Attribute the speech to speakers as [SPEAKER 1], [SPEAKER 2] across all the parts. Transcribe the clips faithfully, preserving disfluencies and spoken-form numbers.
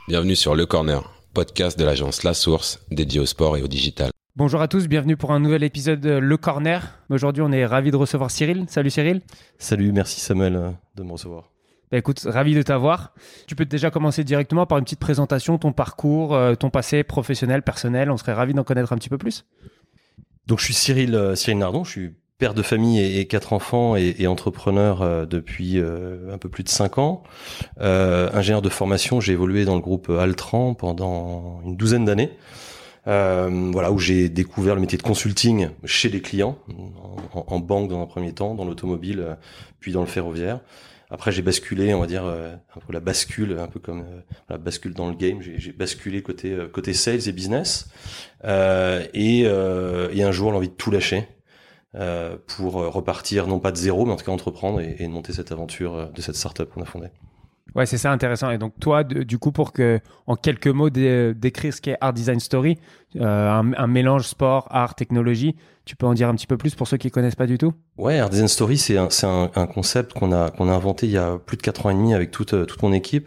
[SPEAKER 1] Bienvenue sur Le Corner, podcast de l'agence La Source, dédié au sport et au digital.
[SPEAKER 2] Bonjour à tous, bienvenue pour un nouvel épisode de Le Corner. Aujourd'hui, on est ravis de recevoir Cyril. Salut Cyril.
[SPEAKER 3] Salut, merci Samuel de me recevoir.
[SPEAKER 2] Bah écoute, ravi de t'avoir. Tu peux déjà commencer directement par une petite présentation, ton parcours, euh, ton passé professionnel, personnel. On serait ravis d'en connaître un petit peu plus.
[SPEAKER 3] Donc je suis Cyril, euh, Cyril Nardon, je suis père de famille et, et quatre enfants et, et entrepreneur euh, depuis euh, un peu plus de cinq ans. Euh, ingénieur de formation, j'ai évolué dans le groupe Altran pendant une douzaine d'années. Euh, voilà, où j'ai découvert le métier de consulting chez les clients, en, en banque dans un premier temps, dans l'automobile, euh, puis dans le ferroviaire. Après, j'ai basculé, on va dire, euh, un peu la bascule, un peu comme euh, la bascule dans le game. J'ai, j'ai basculé côté euh, côté sales et business, euh, et, euh, et un jour l'envie de tout lâcher euh, pour repartir, non pas de zéro, mais en tout cas entreprendre et, et monter cette aventure euh, de cette startup qu'on a fondée.
[SPEAKER 2] Ouais, c'est ça intéressant. Et donc toi, de, du coup, pour que, en quelques mots, dé, décrire ce qu'est Art Design Story, euh, un, un mélange sport, art, technologie, tu peux en dire un petit peu plus pour ceux qui connaissent pas du tout?
[SPEAKER 3] Ouais, Art Design Story, c'est un, c'est un, un concept qu'on a qu'on a inventé il y a plus de quatre ans et demi avec toute toute mon équipe.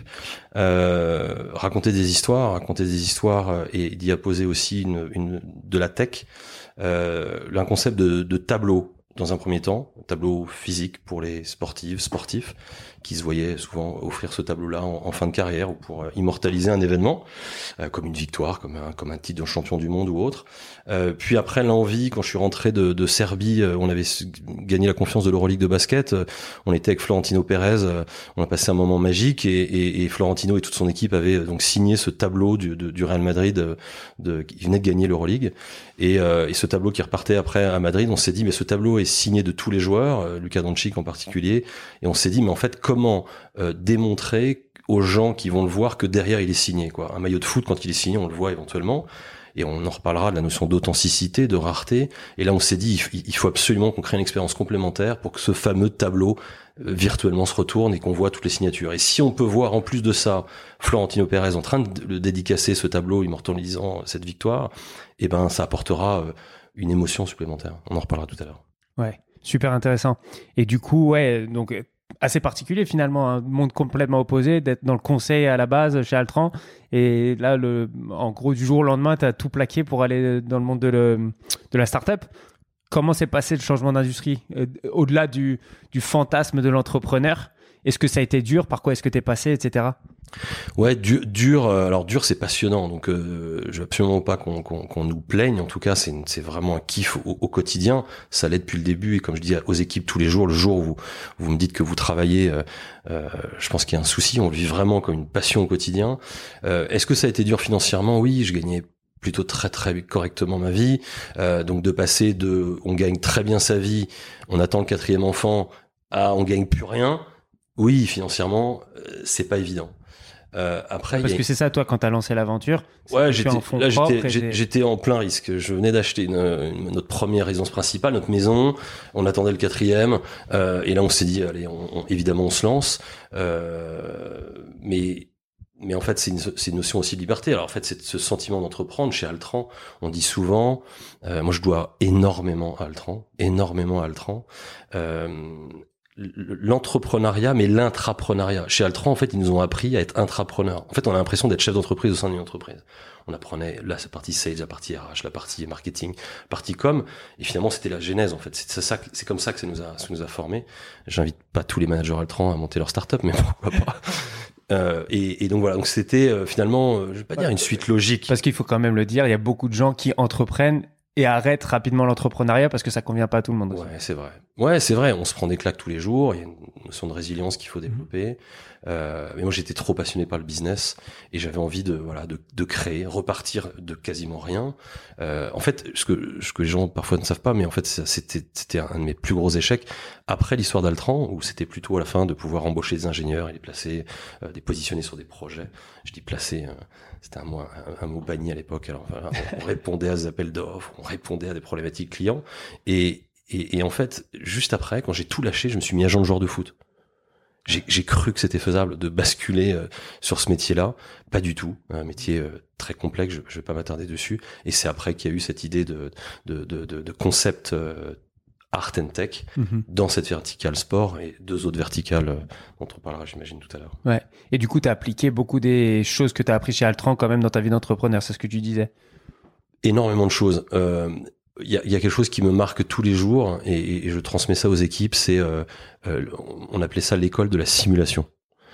[SPEAKER 3] Euh, raconter des histoires, raconter des histoires et d'y apposer aussi une, une de la tech. Euh, un concept de, de tableau dans un premier temps, tableau physique pour les sportifs, sportifs qui se voyaient souvent offrir ce tableau-là en, en fin de carrière ou pour euh, immortaliser un événement, euh, comme une victoire, comme un, comme un titre de champion du monde ou autre. Euh, puis après, l'envie, quand je suis rentré de, de Serbie, euh, on avait gagné la confiance de l'Euroleague de basket, euh, on était avec Florentino Pérez, euh, on a passé un moment magique et, et, et Florentino et toute son équipe avaient donc signé ce tableau du, de, du Real Madrid, de, de, qui venait de gagner l'Euroleague. Et, euh, et ce tableau qui repartait après à Madrid, on s'est dit, mais ce tableau est signé de tous les joueurs, euh, Luka Doncic en particulier, et on s'est dit, mais en fait, comment euh, démontrer aux gens qui vont le voir que derrière il est signé, quoi. Un maillot de foot, quand il est signé, on le voit éventuellement, et on en reparlera de la notion d'authenticité, de rareté. Et là, on s'est dit, il faut absolument qu'on crée une expérience complémentaire pour que ce fameux tableau euh, virtuellement se retourne et qu'on voit toutes les signatures. Et si on peut voir en plus de ça Florentino Pérez en train de le dédicacer ce tableau, immortalisant cette victoire, eh ben ça apportera euh, une émotion supplémentaire. On en reparlera tout à l'heure.
[SPEAKER 2] Ouais, super intéressant. Et du coup, ouais, donc assez particulier finalement, un monde complètement opposé, d'être dans le conseil à la base chez Altran. Et là, le, en gros, du jour au lendemain, tu as tout plaqué pour aller dans le monde de, le, de la start-up. Comment s'est passé le changement d'industrie euh, au-delà du, du fantasme de l'entrepreneur? Est-ce que ça a été dur? Par quoi est-ce que tu es passé, et cetera?
[SPEAKER 3] Ouais, dur, dur. Alors dur, c'est passionnant. Donc, euh, je veux absolument pas qu'on, qu'on, qu'on nous plaigne. En tout cas, c'est, c'est vraiment un kiff au, au quotidien. Ça l'est depuis le début. Et comme je dis aux équipes tous les jours, le jour où vous, vous me dites que vous travaillez, euh, euh, je pense qu'il y a un souci. On le vit vraiment comme une passion au quotidien. Euh, est-ce que ça a été dur financièrement? Oui, je gagnais plutôt très très correctement ma vie. Euh, donc de passer de, on gagne très bien sa vie, on attend le quatrième enfant, à on gagne plus rien. Oui, financièrement, euh, c'est pas évident. Euh, après,
[SPEAKER 2] parce
[SPEAKER 3] a...
[SPEAKER 2] que c'est ça, toi, quand t'as lancé l'aventure.
[SPEAKER 3] Ouais, j'étais,
[SPEAKER 2] en fonds
[SPEAKER 3] là, j'étais,
[SPEAKER 2] j'étais...
[SPEAKER 3] j'étais en plein risque. Je venais d'acheter une, une, notre première résidence principale, notre maison. On attendait le quatrième, euh, et là, on s'est dit, allez, on, on, évidemment, on se lance. Euh, mais mais en fait, c'est une, c'est une notion aussi de liberté. Alors en fait, c'est ce sentiment d'entreprendre chez Altran. On dit souvent, euh, moi, je dois énormément à Altran, énormément à Altran. Euh, l'entrepreneuriat, mais l'intrapreneuriat. Chez Altran, en fait, ils nous ont appris à être intrapreneurs. En fait, on a l'impression d'être chef d'entreprise au sein d'une entreprise. On apprenait là cette partie sales, la partie R H, la partie marketing, la partie com, et finalement, c'était la genèse. En fait, c'est ça, c'est comme ça que ça nous a, ça nous a formés. J'invite pas tous les managers Altran à monter leur start-up, mais pourquoi pas. Euh, et, et donc voilà, donc c'était euh, finalement, euh, je vais pas dire une suite logique.
[SPEAKER 2] Parce qu'il faut quand même le dire, il y a beaucoup de gens qui entreprennent et arrête rapidement l'entrepreneuriat parce que ça convient pas à tout le monde aussi.
[SPEAKER 3] Ouais, c'est vrai. Ouais, c'est vrai. On se prend des claques tous les jours. Il y a une notion de résilience qu'il faut développer. Mmh. Euh, mais moi, j'étais trop passionné par le business et j'avais envie de, voilà, de, de créer, repartir de quasiment rien. Euh, en fait, ce que, ce que les gens parfois ne savent pas, mais en fait, c'était, c'était un de mes plus gros échecs après l'histoire d'Altran, où c'était plutôt à la fin de pouvoir embaucher des ingénieurs et les placer, euh, les positionner sur des projets. Je dis placer, euh, c'était un mot, un, un mot banni à l'époque. Alors, voilà, on, on répondait à des appels d'offres, on répondait à des problématiques clients. Et, et, et en fait, juste après, quand j'ai tout lâché, je me suis mis agent de joueur de foot. J'ai, j'ai cru que c'était faisable de basculer euh, sur ce métier-là. Pas du tout. Un métier euh, très complexe, je, je vais pas m'attarder dessus. Et c'est après qu'il y a eu cette idée de, de, de, de, de concept euh, art and tech
[SPEAKER 2] Mm-hmm.
[SPEAKER 3] dans cette verticale sport et deux autres verticales euh, dont on parlera, j'imagine, tout à l'heure.
[SPEAKER 2] Ouais. Et du coup, tu as appliqué beaucoup des choses que tu as appris chez Altran quand même dans ta vie d'entrepreneur, c'est ce que tu disais.
[SPEAKER 3] Énormément de choses. Euh, Il y a, y a quelque chose qui me marque tous les jours et, et je transmets ça aux équipes, c'est euh, euh, on appelait ça l'école de la simulation.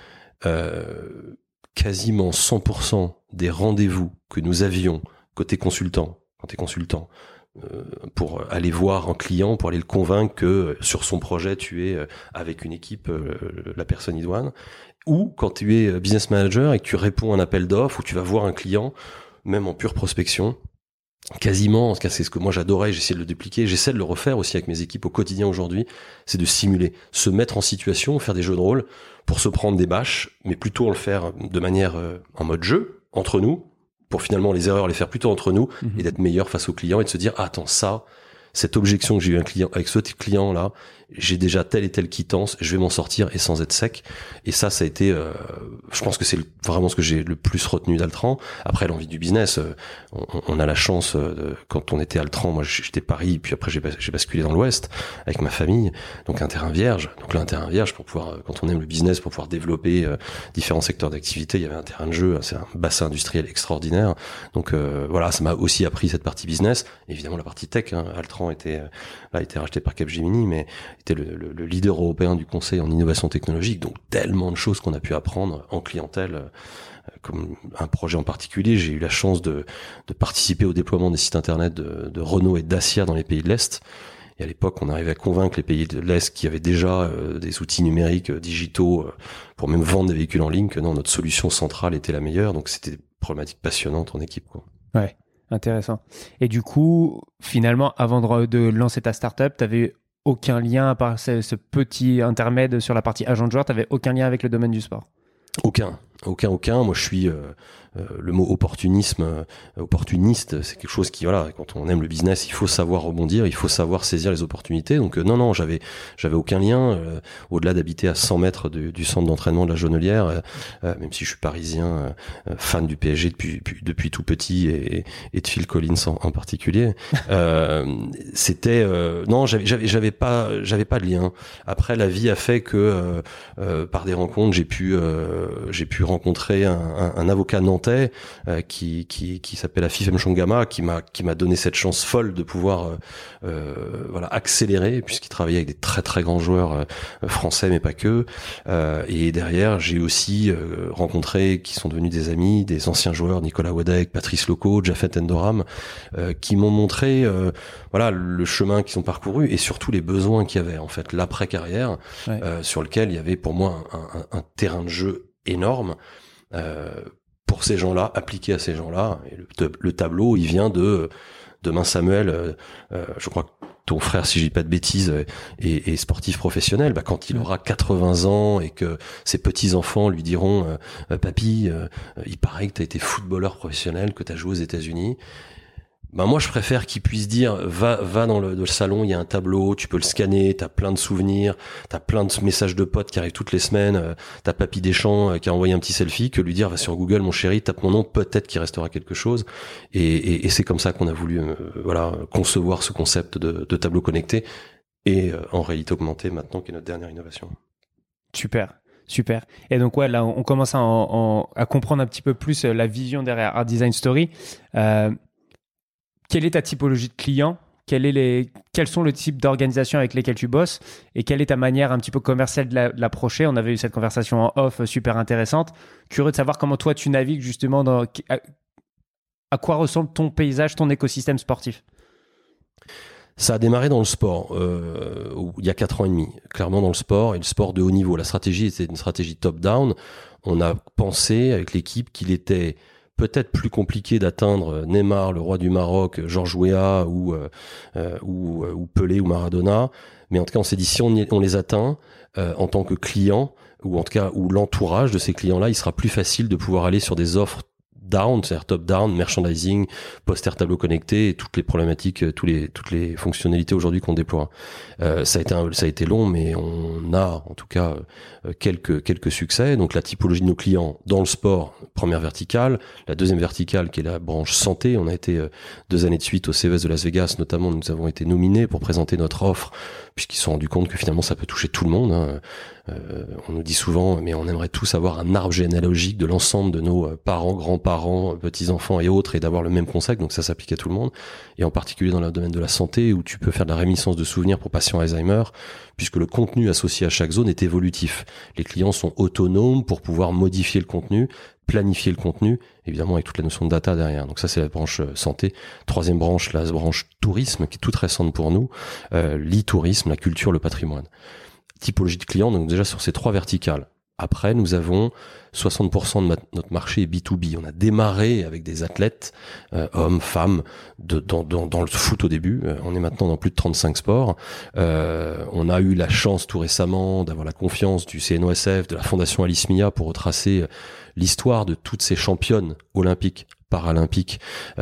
[SPEAKER 3] Euh, quasiment cent pour cent des rendez-vous que nous avions côté consultant, quand t'es consultant, euh, pour aller voir un client, pour aller le convaincre que euh, sur son projet tu es euh, avec une équipe, euh, la personne idoine, ou quand tu es business manager et que tu réponds à un appel d'offres ou tu vas voir un client, même en pure prospection. Quasiment, en tout cas c'est ce que moi j'adorais, j'essaie de le dupliquer, j'essaie de le refaire aussi avec mes équipes au quotidien aujourd'hui, c'est de simuler, se mettre en situation, faire des jeux de rôle pour se prendre des bâches, mais plutôt le faire de manière euh, en mode jeu, entre nous, pour finalement les erreurs les faire plutôt entre nous, mmh. et d'être meilleur face au client et de se dire, ah, attends, ça, cette objection que j'ai eu un client, avec ce client là, j'ai déjà telle et telle quittance, je vais m'en sortir et sans être sec. Et ça, ça a été, euh, je pense que c'est vraiment ce que j'ai le plus retenu d'Altran. Après, l'envie du business, euh, on, on a la chance, euh, de, quand on était Altran, moi j'étais Paris, puis après j'ai, j'ai basculé dans l'Ouest avec ma famille, donc un terrain vierge. Donc là, un terrain vierge pour pouvoir, quand on aime le business, pour pouvoir développer euh, différents secteurs d'activité, il y avait un terrain de jeu, c'est un bassin industriel extraordinaire. Donc euh, voilà, ça m'a aussi appris cette partie business. Évidemment, la partie tech, hein, Altran était là, a été racheté par Capgemini, mais était le, le, le leader européen du conseil en innovation technologique, donc tellement de choses qu'on a pu apprendre en clientèle, euh, comme un projet en particulier. J'ai eu la chance de, de participer au déploiement des sites internet de, de Renault et Dacia dans les pays de l'Est. Et à l'époque, on arrivait à convaincre les pays de l'Est qui avaient déjà euh, des outils numériques euh, digitaux euh, pour même vendre des véhicules en ligne, que non, notre solution centrale était la meilleure. Donc c'était des problématiques passionnantes en équipe, quoi.
[SPEAKER 2] Ouais. Intéressant. Et du coup, finalement, avant de, de lancer ta startup, tu n'avais aucun lien, à part ce, ce petit intermède sur la partie agent de joueur, tu n'avais aucun lien avec le domaine du sport?
[SPEAKER 3] Aucun. Aucun, aucun. Moi, je suis euh, euh, le mot opportunisme, euh, opportuniste, c'est quelque chose qui, voilà, quand on aime le business, il faut savoir rebondir, il faut savoir saisir les opportunités. Donc euh, non, non, j'avais, j'avais aucun lien. Euh, au-delà d'habiter à cent mètres de, du centre d'entraînement de la Jonelière, euh, euh, même si je suis parisien, euh, fan du P S G depuis, depuis, depuis tout petit et, et de Phil Collins en, en particulier, euh, c'était euh, non, j'avais, j'avais, j'avais pas, j'avais pas de lien. Après, la vie a fait que euh, euh, par des rencontres, j'ai pu, euh, j'ai pu rencontrer un, un, un avocat nantais euh, qui qui qui s'appelle Afif Mchongama, qui m'a qui m'a donné cette chance folle de pouvoir euh, euh, voilà accélérer, puisqu'il travaillait avec des très très grands joueurs euh, français mais pas que. Euh, et derrière, j'ai aussi euh, rencontré, qui sont devenus des amis, des anciens joueurs, Nicolas Wadek, Patrice Loco, Jafet Endoram, euh, qui m'ont montré euh, voilà le chemin qu'ils ont parcouru et surtout les besoins qu'il y avait en fait l'après carrière, ouais. euh, sur lequel il y avait pour moi un, un, un terrain de jeu énorme euh, pour ces gens-là, appliqué à ces gens-là. Et le, le tableau, il vient de demain Samuel, euh, euh, je crois que ton frère, si je dis pas de bêtises, est, est sportif professionnel. Bah, quand il aura quatre-vingts ans et que ses petits-enfants lui diront euh, « Papy, euh, il paraît que tu as été footballeur professionnel, que tu as joué aux États-Unis », ben moi je préfère qu'ils puissent dire va va dans le, dans le salon, il y a un tableau, tu peux le scanner, t'as plein de souvenirs, t'as plein de messages de potes qui arrivent toutes les semaines, euh, t'as Papy Deschamps euh, qui a envoyé un petit selfie, que lui dire va sur Google mon chéri, tape mon nom, peut-être qu'il restera quelque chose. Et, et, et c'est comme ça qu'on a voulu euh, voilà concevoir ce concept de, de tableau connecté et euh, en réalité augmentée maintenant qui est notre dernière innovation.
[SPEAKER 2] Super. Super. Et donc ouais, là on commence à, en, en, à comprendre un petit peu plus la vision derrière Art Design Story. Euh, Quelle est ta typologie de client ? Quel est les, quels sont le type d'organisation avec lesquelles tu bosses ? Et quelle est ta manière un petit peu commerciale de, la, de l'approcher ? On avait eu cette conversation en off super intéressante. Curieux de savoir comment toi tu navigues justement dans... À, à quoi ressemble ton paysage, ton écosystème sportif ?
[SPEAKER 3] Ça a démarré dans le sport, euh, il y a quatre ans et demi, clairement dans le sport, et le sport de haut niveau. La stratégie était une stratégie top-down. On a pensé avec l'équipe qu'il était... peut-être plus compliqué d'atteindre Neymar, le roi du Maroc, Georges Weah ou, euh, ou, ou Pelé ou Maradona. Mais en tout cas, on s'est dit, si on, y, on les atteint euh, en tant que client, ou en tout cas, ou l'entourage de ces clients-là, il sera plus facile de pouvoir aller sur des offres down, c'est-à-dire top-down, merchandising, poster tableau connecté et toutes les problématiques, tous les, toutes les fonctionnalités aujourd'hui qu'on déploie. Euh, ça a été un, ça a été long, mais on a en tout cas quelques, quelques succès. Donc la typologie de nos clients dans le sport, première verticale. La deuxième verticale, qui est la branche santé, on a été euh, deux années de suite au C E S de Las Vegas, notamment, nous avons été nominés pour présenter notre offre, puisqu'ils se sont rendus compte que finalement ça peut toucher tout le monde. Hein. Euh, on nous dit souvent, mais on aimerait tous avoir un arbre généalogique de l'ensemble de nos parents, grands-parents, petits-enfants et autres, et d'avoir le même concept, donc ça s'applique à tout le monde, et en particulier dans le domaine de la santé, où tu peux faire de la réminiscence de souvenirs pour patients Alzheimer, puisque le contenu associé à chaque zone est évolutif. Les clients sont autonomes pour pouvoir modifier le contenu, planifier le contenu, évidemment avec toute la notion de data derrière. Donc ça, c'est la branche santé. Troisième branche, la branche tourisme, qui est toute récente pour nous, euh, l'e-tourisme, la culture, le patrimoine. Typologie de clients, donc déjà sur ces trois verticales. Après, nous avons soixante pour cent de notre marché est B deux B. On a démarré avec des athlètes, euh, hommes, femmes, de, dans, dans, dans le foot au début. Euh, on est maintenant dans plus de trente-cinq sports. Euh, on a eu la chance tout récemment d'avoir la confiance du C N O S F, de la Fondation Alice Mia pour retracer l'histoire de toutes ces championnes olympiques, paralympiques,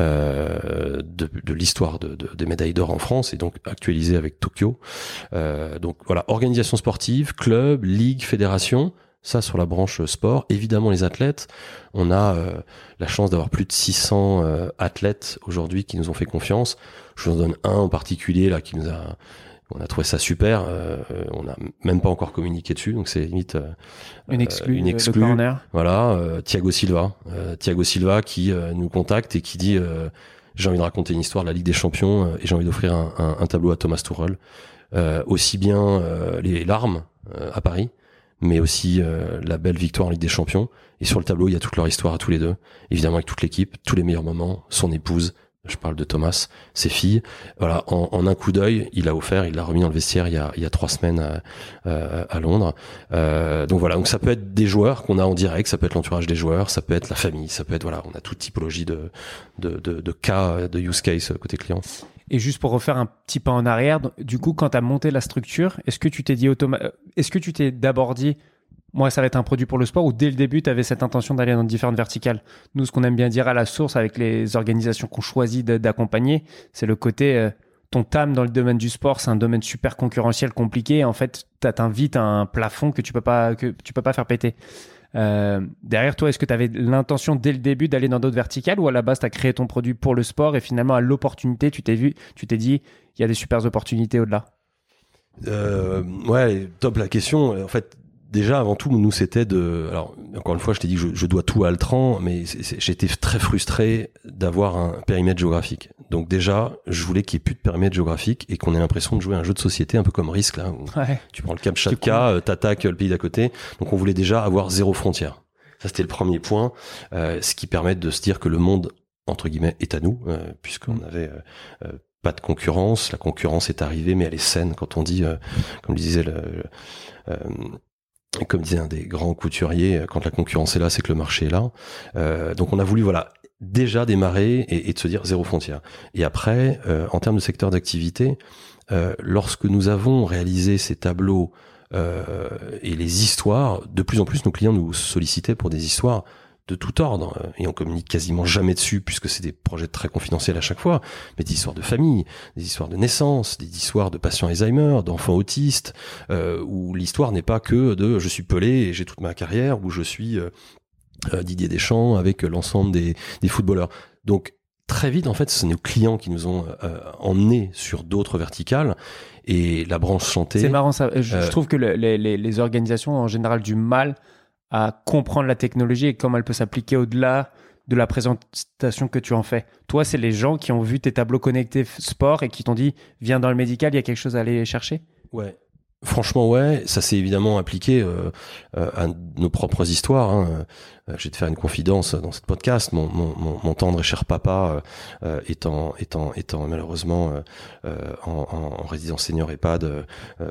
[SPEAKER 3] euh, de, de l'histoire de, de, des médailles d'or en France, et donc actualisé avec Tokyo. Euh, donc voilà, organisation sportive, club, ligue, fédération. Ça, sur la branche sport. Évidemment, les athlètes, on a euh, la chance d'avoir plus de six cents euh, athlètes aujourd'hui qui nous ont fait confiance. Je vous en donne un en particulier là qui nous a, on a trouvé ça super. Euh, on n'a même pas encore communiqué dessus, donc c'est limite euh,
[SPEAKER 2] une exclue.
[SPEAKER 3] Une exclue. Voilà, euh, Thiago Silva, euh, Thiago Silva qui euh, nous contacte et qui dit euh, j'ai envie de raconter une histoire de la Ligue des Champions euh, et j'ai envie d'offrir un, un, un tableau à Thomas Tuchel. Euh, aussi bien euh, les larmes euh, à Paris, mais aussi euh, la belle victoire en Ligue des Champions. Et sur le tableau, il y a toute leur histoire à tous les deux. Évidemment, avec toute l'équipe, tous les meilleurs moments, son épouse, je parle de Thomas, ses filles. Voilà, en, en un coup d'œil, il l'a offert, il l'a remis dans le vestiaire il y a, il y a trois semaines à, à, à Londres. Euh, donc voilà, donc ça peut être des joueurs qu'on a en direct, ça peut être l'entourage des joueurs, ça peut être la famille, ça peut être, voilà, on a toute typologie de, de, de, de cas, de use case côté client.
[SPEAKER 2] Et juste pour refaire un petit pas en arrière, du coup, quand tu as monté la structure, est-ce que tu t'es dit automa- est-ce que tu t'es d'abord dit, moi, ça va être un produit pour le sport, ou dès le début, tu avais cette intention d'aller dans différentes verticales? Nous, ce qu'on aime bien dire à la source avec les organisations qu'on choisit de, d'accompagner, c'est le côté, euh, ton T A M dans le domaine du sport, c'est un domaine super concurrentiel, compliqué. En fait, tu atteins vite un plafond que tu peux pas, que tu peux pas faire péter. Euh, derrière toi, est-ce que tu avais l'intention dès le début d'aller dans d'autres verticales, ou à la base tu as créé ton produit pour le sport et finalement à l'opportunité tu t'es vu, tu t'es dit il y a des super opportunités au-delà?
[SPEAKER 3] euh, Ouais, top la question. En fait, déjà avant tout, nous c'était de, alors encore une fois, je t'ai dit que je, je dois tout à Altran, mais c'est, c'est, j'étais très frustré d'avoir un périmètre géographique. Donc déjà, je voulais qu'il n'y ait plus de périmètre géographique et qu'on ait l'impression de jouer à un jeu de société un peu comme Risk là, où ouais. Tu prends le Kamchatka, cool. T'attaques le pays d'à côté. Donc on voulait déjà avoir zéro frontière. Ça c'était le premier point, euh, ce qui permet de se dire que le monde entre guillemets est à nous, euh, puisqu'on mmh. avait euh, euh, pas de concurrence. La concurrence est arrivée, mais elle est saine. Quand on dit, euh, comme le disait le, le euh, comme disait un des grands couturiers, quand la concurrence est là, c'est que le marché est là. Euh, donc on a voulu, voilà, déjà démarrer et, et de se dire zéro frontière. Et après, euh, en termes de secteur d'activité, euh, lorsque nous avons réalisé ces tableaux euh, et les histoires, de plus en plus nos clients nous sollicitaient pour des histoires de tout ordre, et on communique quasiment jamais dessus puisque c'est des projets très confidentiels à chaque fois, mais des histoires de famille, des histoires de naissance, des histoires de patients Alzheimer, d'enfants autistes, euh, où l'histoire n'est pas que de je suis Pelé et j'ai toute ma carrière, où je suis euh, euh, Didier Deschamps avec l'ensemble des, des footballeurs. Donc très vite, en fait, ce sont nos clients qui nous ont euh, emmenés sur d'autres verticales. Et la branche santé...
[SPEAKER 2] C'est marrant ça, je, euh, je trouve que le, les, les, les organisations ont en général du mal à comprendre la technologie et comment elle peut s'appliquer au-delà de la présentation que tu en fais. Toi, c'est les gens qui ont vu tes tableaux connectés sport et qui t'ont dit « Viens dans le médical, il y a quelque chose à aller chercher ».
[SPEAKER 3] Ouais. Franchement, ouais, ça s'est évidemment appliqué euh, euh, à nos propres histoires. Hein. Euh, je vais te faire une confidence dans ce podcast. Mon, mon, mon, mon tendre et cher papa euh, étant, étant, étant malheureusement euh, en, en résidence senior EHPAD, euh,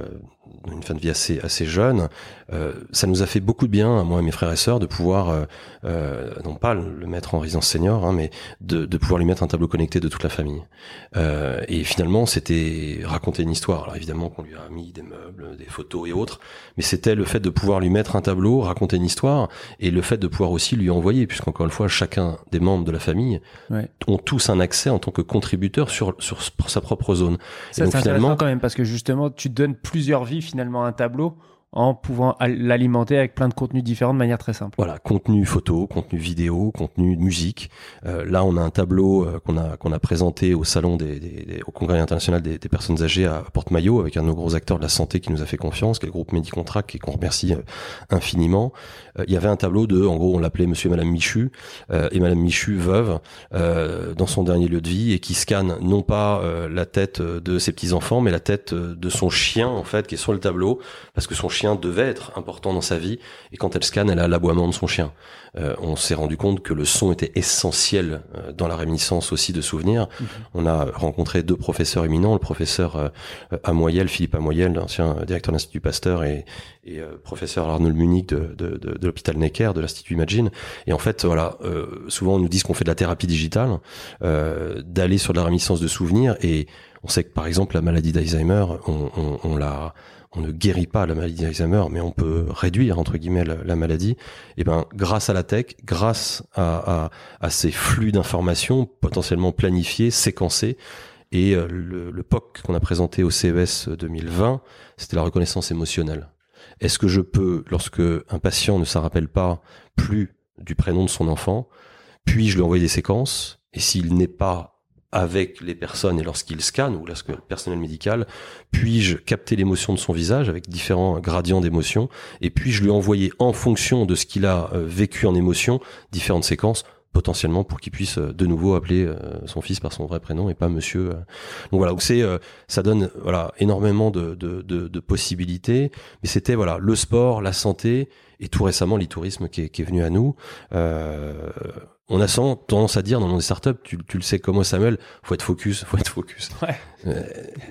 [SPEAKER 3] une fin de vie assez, assez jeune, euh, ça nous a fait beaucoup de bien, à moi et mes frères et sœurs, de pouvoir, euh, euh, non pas le mettre en résidence senior, hein, mais de, de pouvoir lui mettre un tableau connecté de toute la famille. Euh, et finalement, c'était raconter une histoire. Alors évidemment qu'on lui a mis des meubles, des photos et autres, mais c'était le fait de pouvoir lui mettre un tableau, raconter une histoire, et le fait de pouvoir aussi lui envoyer, puisqu'encore une fois, chacun des membres de la famille ouais. ont tous un accès en tant que contributeur sur, sur, sur sa propre zone.
[SPEAKER 2] Ça, et donc, c'est finalement, intéressant quand même, parce que justement, tu donnes plusieurs vies finalement à un tableau. en pouvant l'alimenter avec plein de contenus différents de manière très simple.
[SPEAKER 3] Voilà, contenu photo, contenu vidéo, contenu musique. Euh, là, on a un tableau euh, qu'on a qu'on a présenté au salon des, des, des au congrès international des, des personnes âgées à Porte-Maillot avec un de nos gros acteurs de la santé qui nous a fait confiance, qui est le groupe Medicontract et qu'on remercie euh, infiniment. Euh, il y avait un tableau de, en gros, on l'appelait Monsieur et Madame Michu euh, et Madame Michu veuve euh, dans son dernier lieu de vie et qui scanne non pas euh, la tête de ses petits enfants, mais la tête de son chien en fait qui est sur le tableau parce que son chien chien devait être important dans sa vie et quand elle scanne, elle a l'aboiement de son chien. Euh, on s'est rendu compte que le son était essentiel euh, dans la réminiscence aussi de souvenirs. Mmh. On a rencontré deux professeurs éminents, le professeur euh, Amoyel, Philippe Amoyel, l'ancien directeur de l'Institut Pasteur et, et euh, professeur Arnold Munich de, de, de, de l'hôpital Necker, de l'Institut Imagine. Et en fait, voilà, euh, souvent on nous dit qu'on fait de la thérapie digitale, euh, d'aller sur de la réminiscence de souvenirs et on sait que par exemple la maladie d'Alzheimer, on, on, on l'a on ne guérit pas la maladie d'Alzheimer, mais on peut réduire entre guillemets la, la maladie. Et ben, grâce à la tech, grâce à, à, à ces flux d'informations potentiellement planifiés, séquencés, et euh, le, le P O C qu'on a présenté au C E S deux mille vingt, c'était la reconnaissance émotionnelle. Est-ce que je peux, lorsque un patient ne se rappelle pas plus du prénom de son enfant, puis-je lui envoyer des séquences, et s'il n'est pas avec les personnes et lorsqu'il scanne ou lorsque le personnel médical, puis-je capter l'émotion de son visage avec différents gradients d'émotion et puis-je lui envoyer en fonction de ce qu'il a euh, vécu en émotion différentes séquences potentiellement pour qu'il puisse euh, de nouveau appeler euh, son fils par son vrai prénom et pas monsieur. Euh. Donc voilà, donc c'est euh, ça donne voilà énormément de, de, de, de possibilités, mais c'était voilà le sport, la santé et tout récemment l'e-tourisme qui est, qui est venu à nous. Euh, On a sans tendance à dire dans le monde des startups, tu, tu le sais comme moi Samuel, faut être focus, faut être focus.
[SPEAKER 2] Ouais.
[SPEAKER 3] Euh,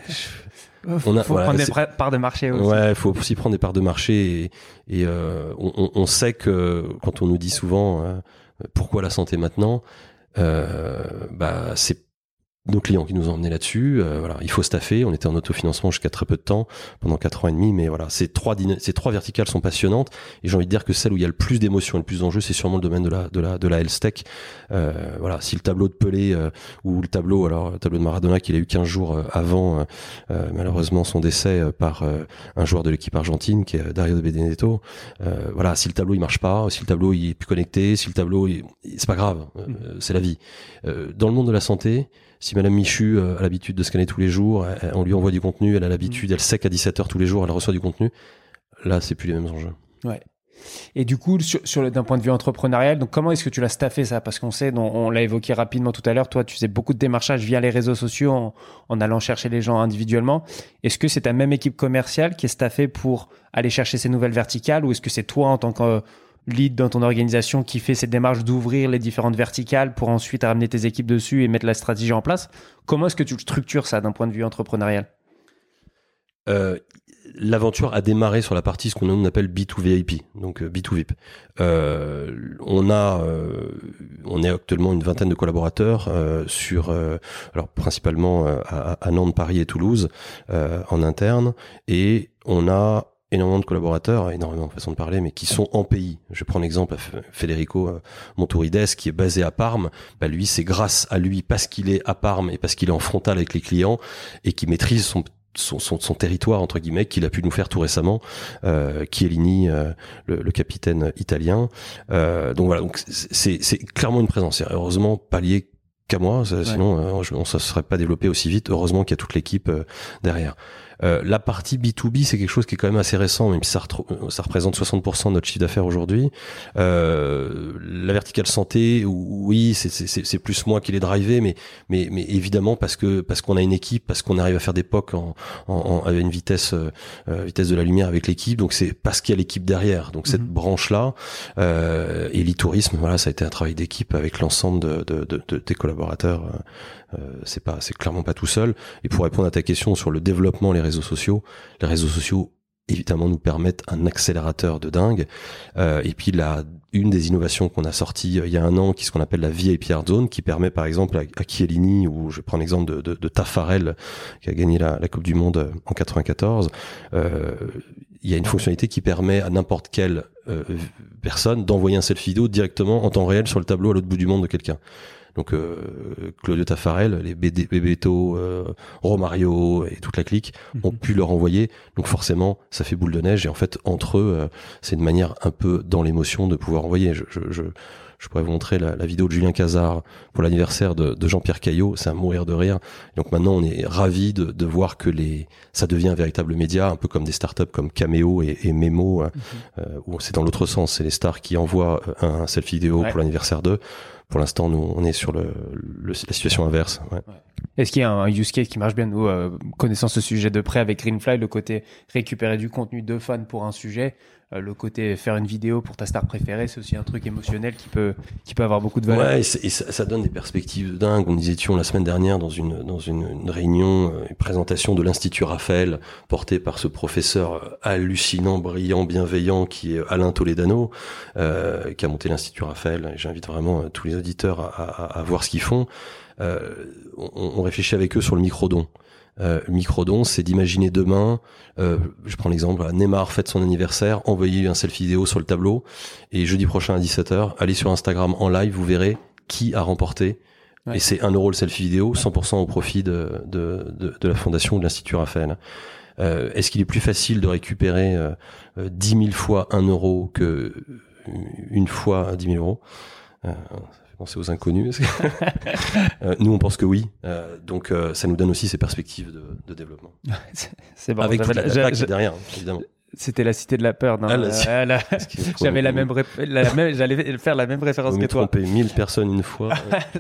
[SPEAKER 2] on a, faut voilà, prendre des parts de marché aussi.
[SPEAKER 3] Ouais, faut aussi prendre des parts de marché et, et euh, on, on sait que quand on nous dit souvent euh, pourquoi la santé maintenant, euh, bah c'est nos clients qui nous ont emmenés là-dessus. Euh, voilà, il faut staffer. On était en autofinancement jusqu'à très peu de temps, pendant quatre ans et demi. Mais voilà, ces trois dyna- ces trois verticales sont passionnantes. Et j'ai envie de dire que celle où il y a le plus d'émotions et le plus d'enjeux, c'est sûrement le domaine de la de la de la health tech. Euh, voilà, si le tableau de Pelé euh, ou le tableau, alors le tableau de Maradona qu'il a eu quinze jours euh, avant, euh, malheureusement son décès euh, par euh, un joueur de l'équipe argentine qui est Dario de Benedetto. Euh, voilà, si le tableau il marche pas, si le tableau il est plus connecté, si le tableau, il... c'est pas grave, euh, mmh. c'est la vie. Euh, dans le monde de la santé. Si Madame Michu euh, a l'habitude de scanner tous les jours, elle, on lui envoie du contenu, elle a l'habitude, elle sait qu'à dix-sept heures tous les jours, elle reçoit du contenu. Là, c'est plus les mêmes enjeux.
[SPEAKER 2] Ouais. Et du coup, sur, sur le, d'un point de vue entrepreneurial, donc comment est-ce que tu l'as staffé ça ? Parce qu'on sait, on, on l'a évoqué rapidement tout à l'heure, toi, tu faisais beaucoup de démarchage via les réseaux sociaux en, en allant chercher les gens individuellement. Est-ce que c'est ta même équipe commerciale qui est staffée pour aller chercher ces nouvelles verticales ou est-ce que c'est toi en tant que lead dans ton organisation qui fait cette démarche d'ouvrir les différentes verticales pour ensuite ramener tes équipes dessus et mettre la stratégie en place ? Comment est-ce que tu structures ça d'un point de vue entrepreneurial ?
[SPEAKER 3] euh, L'aventure a démarré sur la partie ce qu'on appelle B deux V I P, donc B deux V I P. Euh, on a, euh, on est actuellement une vingtaine de collaborateurs euh, sur, euh, alors principalement euh, à, à Nantes, Paris et Toulouse euh, en interne, et on a énormément de collaborateurs, énormément de façons de parler, mais qui sont en pays. Je prends l'exemple à Federico Montourides, qui est basé à Parme. Bah lui, c'est grâce à lui, parce qu'il est à Parme et parce qu'il est en frontal avec les clients et qui maîtrise son Son, son, son territoire entre guillemets qu'il a pu nous faire tout récemment, euh, Chiellini, euh, le, le capitaine italien. Euh, donc voilà, donc c'est, c'est clairement une présence. C'est heureusement pas lié qu'à moi, ça, ouais. Sinon euh, on ne se serait pas développé aussi vite. Heureusement qu'il y a toute l'équipe euh, derrière. Euh, la partie B deux B, c'est quelque chose qui est quand même assez récent, même si ça, re- ça représente soixante pour cent de notre chiffre d'affaires aujourd'hui. Euh, la verticale santé, oui, c'est, c'est, c'est plus moi qui l'ai drivé, mais, mais, mais évidemment parce que parce qu'on a une équipe, parce qu'on arrive à faire des P O C en, en, en à une vitesse euh, vitesse de la lumière avec l'équipe. Donc c'est parce qu'il y a l'équipe derrière. Donc cette mm-hmm. branche là euh, et l'e-tourisme, voilà, ça a été un travail d'équipe avec l'ensemble de, de, de, de tes collaborateurs. Euh, c'est pas, c'est clairement pas tout seul. Et pour répondre à ta question sur le développement, les réseaux sociaux, les réseaux sociaux évidemment nous permettent un accélérateur de dingue. Euh, et puis la, une des innovations qu'on a sorties il y a un an, qui est ce qu'on appelle la V I P Art Zone, qui permet par exemple à, à Chiellini, ou je prends l'exemple de, de, de Taffarel qui a gagné la, la Coupe du Monde en quatre-vingt-quatorze. Euh, il y a une fonctionnalité qui permet à n'importe quel euh, personne d'envoyer un selfie vidéo directement en temps réel sur le tableau à l'autre bout du monde de quelqu'un. Donc euh, Claudio Taffarel, les Bebeto, euh, Romario et toute la clique mm-hmm. ont pu leur envoyer. Donc forcément, ça fait boule de neige. Et en fait, entre eux, euh, c'est une manière un peu dans l'émotion de pouvoir envoyer. Je, je, je, je pourrais vous montrer la, la vidéo de Julien Cazard pour l'anniversaire de, de Jean-Pierre Caillot. C'est à mourir de rire. Donc maintenant, on est ravis de, de voir que les, ça devient un véritable média, un peu comme des startups comme Cameo et, et Memo, mm-hmm. euh, où c'est dans l'autre sens. C'est les stars qui envoient un, un selfie vidéo ouais. pour l'anniversaire d'eux. Pour l'instant, nous, on est sur le, le, la situation inverse. Ouais. Ouais.
[SPEAKER 2] Est-ce qu'il y a un use case qui marche bien? Nous, euh, connaissant ce sujet de près avec Greenfly, le côté récupérer du contenu de fans pour un sujet, euh, le côté faire une vidéo pour ta star préférée, c'est aussi un truc émotionnel qui peut, qui peut avoir beaucoup de valeur.
[SPEAKER 3] Ouais, et, et ça, ça donne des perspectives dingues. On disait la semaine dernière dans une, dans une, une réunion, une présentation de l'Institut Raphaël, portée par ce professeur hallucinant, brillant, bienveillant, qui est Alain Toledano, euh, qui a monté l'Institut Raphaël. Et j'invite vraiment tous les auditeurs à, à, à voir ce qu'ils font. Euh, on, on réfléchit avec eux sur le microdon. Euh, le microdon, c'est d'imaginer demain, euh, je prends l'exemple, Neymar fête son anniversaire, envoyez un selfie vidéo sur le tableau, et jeudi prochain à dix-sept heures, allez sur Instagram en live, vous verrez qui a remporté. Ouais. Et c'est un euro le selfie vidéo, cent pour cent au profit de, de, de, de la fondation ou de l'Institut Raphaël. Euh, est-ce qu'il est plus facile de récupérer euh, dix mille fois un euro que une fois dix mille euros? euh, penser aux inconnus. euh, nous, on pense que oui. Euh, donc, euh, ça nous donne aussi ces perspectives de, de développement.
[SPEAKER 2] c'est, c'est bon.
[SPEAKER 3] Avec toute la, la
[SPEAKER 2] je,
[SPEAKER 3] derrière, évidemment.
[SPEAKER 2] C'était la cité de la peur. Non, ah, la, euh, la, j'avais la même, ré, la même, j'allais faire la même référence
[SPEAKER 3] Vous
[SPEAKER 2] que toi.
[SPEAKER 3] Vous trompez mille personnes une fois.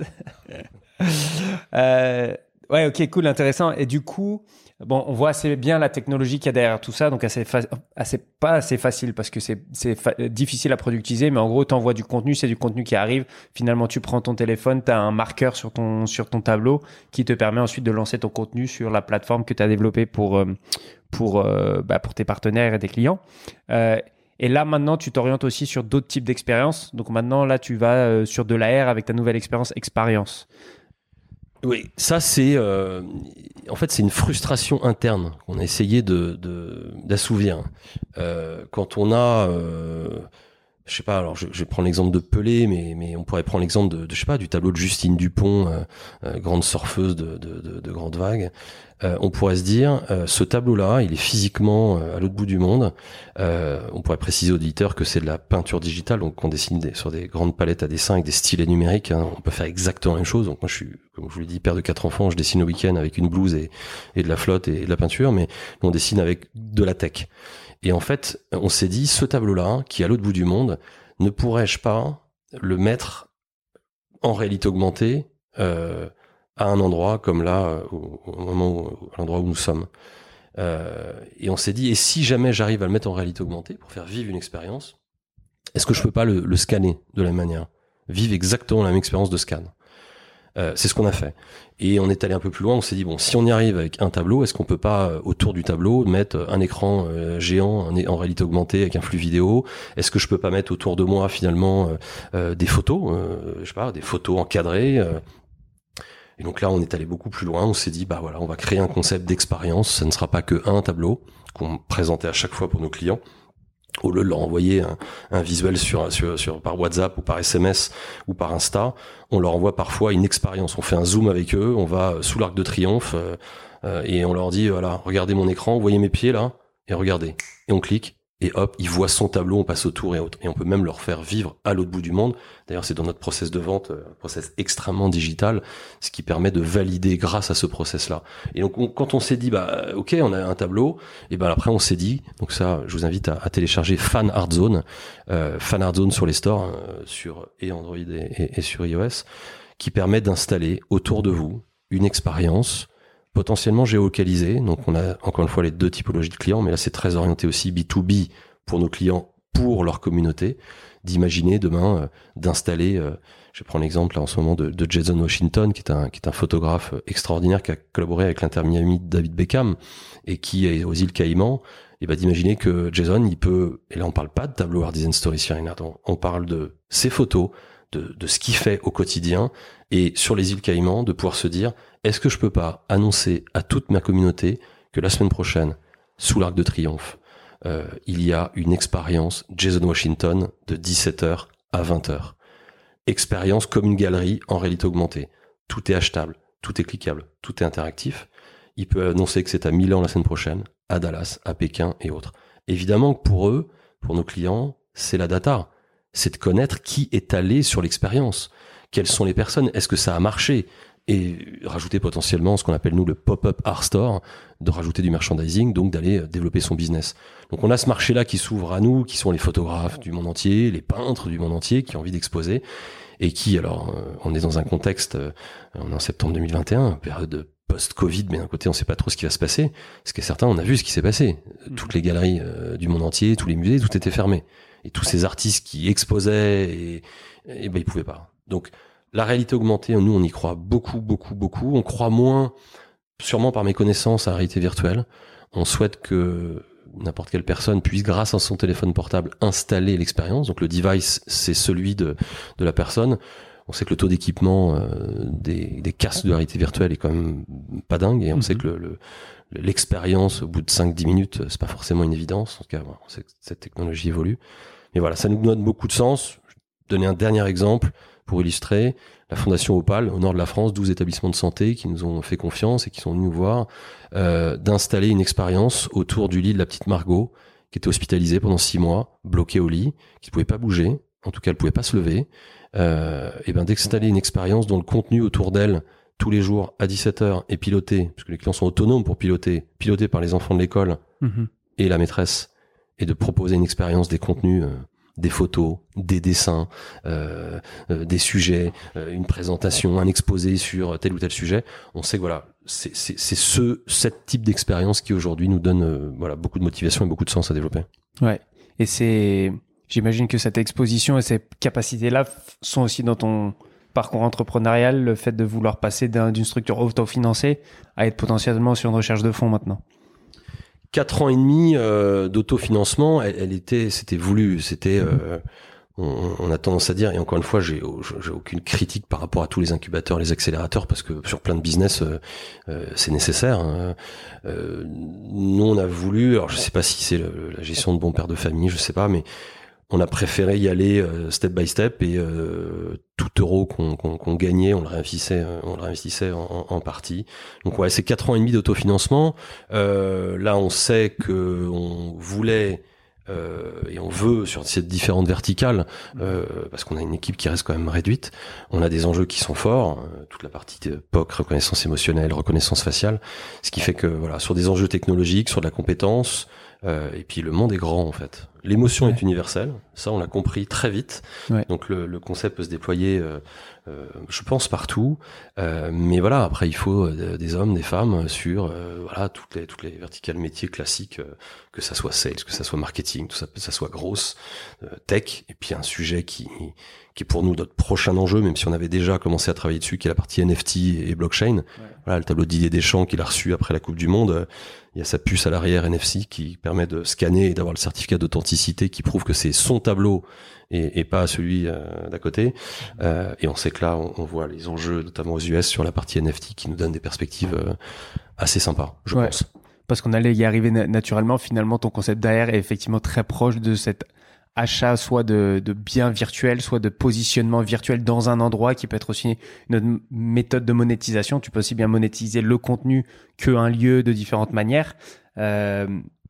[SPEAKER 2] euh, ouais, ok, cool, intéressant. Et du coup, bon, on voit assez bien la technologie qu'il y a derrière tout ça, donc assez, fa- assez pas assez facile parce que c'est, c'est fa- difficile à productiser, mais en gros, tu envoies du contenu, c'est du contenu qui arrive. Finalement, tu prends ton téléphone, tu as un marqueur sur ton, sur ton tableau qui te permet ensuite de lancer ton contenu sur la plateforme que tu as développée pour, pour, bah, pour tes partenaires et tes clients. Euh, Et là, maintenant, tu t'orientes aussi sur d'autres types d'expériences. Donc maintenant, là, tu vas euh, sur de l'A R avec ta nouvelle expérience Expérience.
[SPEAKER 3] Oui, ça c'est euh, en fait c'est une frustration interne qu'on a essayé de, de d'assouvir. Euh, quand on a, euh, je sais pas, alors je, je vais prendre l'exemple de Pelé, mais mais on pourrait prendre l'exemple de, de je sais pas du tableau de Justine Dupont, euh, euh, grande surfeuse de de, de, de grandes vagues. Euh, on pourrait se dire, euh, ce tableau-là, il est physiquement euh, à l'autre bout du monde. Euh, on pourrait préciser aux auditeurs que c'est de la peinture digitale, donc on dessine des, sur des grandes palettes à dessin avec des stylets numériques. Hein. On peut faire exactement la même chose. Donc moi, je suis, comme je vous l'ai dit, père de quatre enfants. Je dessine le week-end avec une blouse et, et de la flotte et de la peinture, mais on dessine avec de la tech. Et en fait, on s'est dit, ce tableau-là, qui est à l'autre bout du monde, ne pourrais-je pas le mettre en réalité augmentée euh, à un endroit comme là, au, au moment où, à l'endroit où nous sommes. Euh, et on s'est dit, et si jamais j'arrive à le mettre en réalité augmentée pour faire vivre une expérience, est-ce que je peux pas le, le scanner de la même manière, vivre exactement la même expérience de scan? Euh, c'est ce qu'on a fait. Et on est allé un peu plus loin. On s'est dit bon, si on y arrive avec un tableau, est-ce qu'on peut pas euh, autour du tableau mettre un écran euh, géant en, en réalité augmentée avec un flux vidéo? Est-ce que je peux pas mettre autour de moi finalement euh, euh, des photos, euh, je sais pas, des photos encadrées? euh, Et donc là, on est allé beaucoup plus loin. On s'est dit, bah voilà, on va créer un concept d'expérience. Ça ne sera pas que un tableau qu'on présentait à chaque fois pour nos clients. Au lieu de leur envoyer un, un visuel sur, sur, sur, par WhatsApp ou par S M S ou par Insta, on leur envoie parfois une expérience. On fait un zoom avec eux, on va sous l'Arc de Triomphe euh, euh, et on leur dit, voilà, regardez mon écran, vous voyez mes pieds là, et regardez. Et on clique. Et hop, ils voient son tableau, on passe autour et autres. Et on peut même leur faire vivre à l'autre bout du monde. D'ailleurs, c'est dans notre process de vente, un process extrêmement digital, ce qui permet de valider grâce à ce process-là. Et donc, on, quand on s'est dit, bah, ok, on a un tableau, et ben après, on s'est dit, donc ça, je vous invite à, à télécharger Fan Art Zone, euh, Fan Art Zone sur les stores, euh, sur et Android et, et, et sur iOS, qui permet d'installer autour de vous une expérience potentiellement géolocalisé. Donc on a encore une fois les deux typologies de clients, mais là c'est très orienté aussi B deux B pour nos clients, pour leur communauté, d'imaginer demain euh, d'installer, euh, je prends l'exemple là, en ce moment de, de Jason Washington, qui est un qui est un photographe extraordinaire qui a collaboré avec l'Inter Miami de David Beckham et qui est aux îles Caïmans. Et bah d'imaginer que Jason, il peut, et là on parle pas de tableau Art Design Story Sharing, on parle de ses photos, de, de ce qu'il fait au quotidien, et sur les îles Caïmans, de pouvoir se dire, est-ce que je peux pas annoncer à toute ma communauté que la semaine prochaine, sous l'Arc de Triomphe, euh, il y a une expérience Jason Washington de dix-sept heures à vingt heures. Expérience comme une galerie en réalité augmentée. Tout est achetable, tout est cliquable, tout est interactif. Il peut annoncer que c'est à Milan la semaine prochaine, à Dallas, à Pékin et autres. Évidemment que pour eux, pour nos clients, c'est la data. C'est de connaître qui est allé sur l'expérience. Quelles sont les personnes? Est-ce que ça a marché? Et rajouter potentiellement ce qu'on appelle nous le pop-up art store, de rajouter du merchandising, donc d'aller développer son business. Donc on a ce marché-là qui s'ouvre à nous, qui sont les photographes du monde entier, les peintres du monde entier qui ont envie d'exposer et qui, alors, euh, on est dans un contexte, euh, on est en septembre deux mille vingt et un, période post-Covid, mais d'un côté on sait pas trop ce qui va se passer. Ce qui est certain, on a vu ce qui s'est passé. Mmh. Toutes les galeries euh, du monde entier, tous les musées, tout était fermé. Et tous ces artistes qui exposaient, et, et ben ils pouvaient pas. Donc la réalité augmentée, nous on y croit beaucoup, beaucoup, beaucoup. On croit moins, sûrement par méconnaissance, à la réalité virtuelle. On souhaite que n'importe quelle personne puisse, grâce à son téléphone portable, installer l'expérience. Donc le device, c'est celui de, de la personne. On sait que le taux d'équipement euh, des, des casques de réalité virtuelle est quand même pas dingue, et on mmh. sait que le, le, l'expérience au bout de cinq dix minutes, c'est pas forcément une évidence. En tout cas, on sait que cette technologie évolue. Mais voilà, ça nous donne beaucoup de sens. Je vais donner un dernier exemple pour illustrer. La Fondation Opal, au nord de la France, douze établissements de santé qui nous ont fait confiance et qui sont venus nous voir, euh, d'installer une expérience autour du lit de la petite Margot, qui était hospitalisée pendant six mois, bloquée au lit, qui ne pouvait pas bouger, en tout cas elle ne pouvait pas se lever. Euh, et ben d'installer une expérience dont le contenu autour d'elle, tous les jours à dix-sept heures, est piloté, parce que les clients sont autonomes pour piloter, piloté par les enfants de l'école mmh. et la maîtresse, et de proposer une expérience, des contenus, euh, des photos, des dessins, euh, euh, des sujets, euh, une présentation, un exposé sur tel ou tel sujet. On sait que voilà, c'est, c'est, c'est ce, cet type d'expérience qui aujourd'hui nous donne euh, voilà, beaucoup de motivation et beaucoup de sens à développer.
[SPEAKER 2] Ouais, et c'est, j'imagine que cette exposition et ces capacités-là sont aussi dans ton parcours entrepreneurial, le fait de vouloir passer d'un, d'une structure autofinancée à être potentiellement sur une recherche de fonds maintenant.
[SPEAKER 3] Quatre ans et demi euh, d'autofinancement, elle, elle était, c'était voulu, c'était, euh, on, on a tendance à dire, et encore une fois, j'ai, j'ai aucune critique par rapport à tous les incubateurs, les accélérateurs, parce que sur plein de business, euh, euh, c'est nécessaire. Hein. Euh, nous, on a voulu, alors je sais pas si c'est le, la gestion de bon père de famille, je sais pas, mais on a préféré y aller euh, step by step, et euh, tout euro qu'on, qu'on, qu'on gagnait, on le réinvestissait, on le réinvestissait en, en partie. Donc ouais, c'est quatre ans et demi d'autofinancement. Euh, là, on sait que on voulait euh, et on veut sur ces différentes verticales, euh, parce qu'on a une équipe qui reste quand même réduite. On a des enjeux qui sont forts, euh, toute la partie de P O C, reconnaissance émotionnelle, reconnaissance faciale, ce qui fait que voilà, sur des enjeux technologiques, sur de la compétence. Euh, et puis le monde est grand en fait. L'émotion ouais. est universelle, ça on l'a compris très vite. Ouais. Donc le, le concept peut se déployer, euh, euh, je pense partout. Euh, mais voilà, après il faut euh, des hommes, des femmes sur euh, voilà toutes les toutes les verticales métiers classiques, euh, que ça soit sales, que ça soit marketing, tout ça, que ça soit grosse euh, tech. Et puis un sujet qui qui est pour nous notre prochain enjeu, même si on avait déjà commencé à travailler dessus, qui est la partie N F T et blockchain. Ouais. Voilà, le tableau de Didier Deschamps qu'il a reçu après la Coupe du Monde. Euh, il y a sa puce à l'arrière N F C qui permet de scanner et d'avoir le certificat d'authenticité qui prouve que c'est son tableau et, et pas celui euh, d'à côté. Euh, et on sait que là, on, on voit les enjeux, notamment aux U S, sur la partie N F T qui nous donnent des perspectives euh, assez sympas, je ouais. pense.
[SPEAKER 2] Parce qu'on allait y arriver na- naturellement. Finalement, ton concept derrière est effectivement très proche de cet achat soit de, de biens virtuels, soit de positionnement virtuel dans un endroit, qui peut être aussi une méthode de monétisation. Tu peux aussi bien monétiser le contenu qu'un lieu de différentes manières. Euh,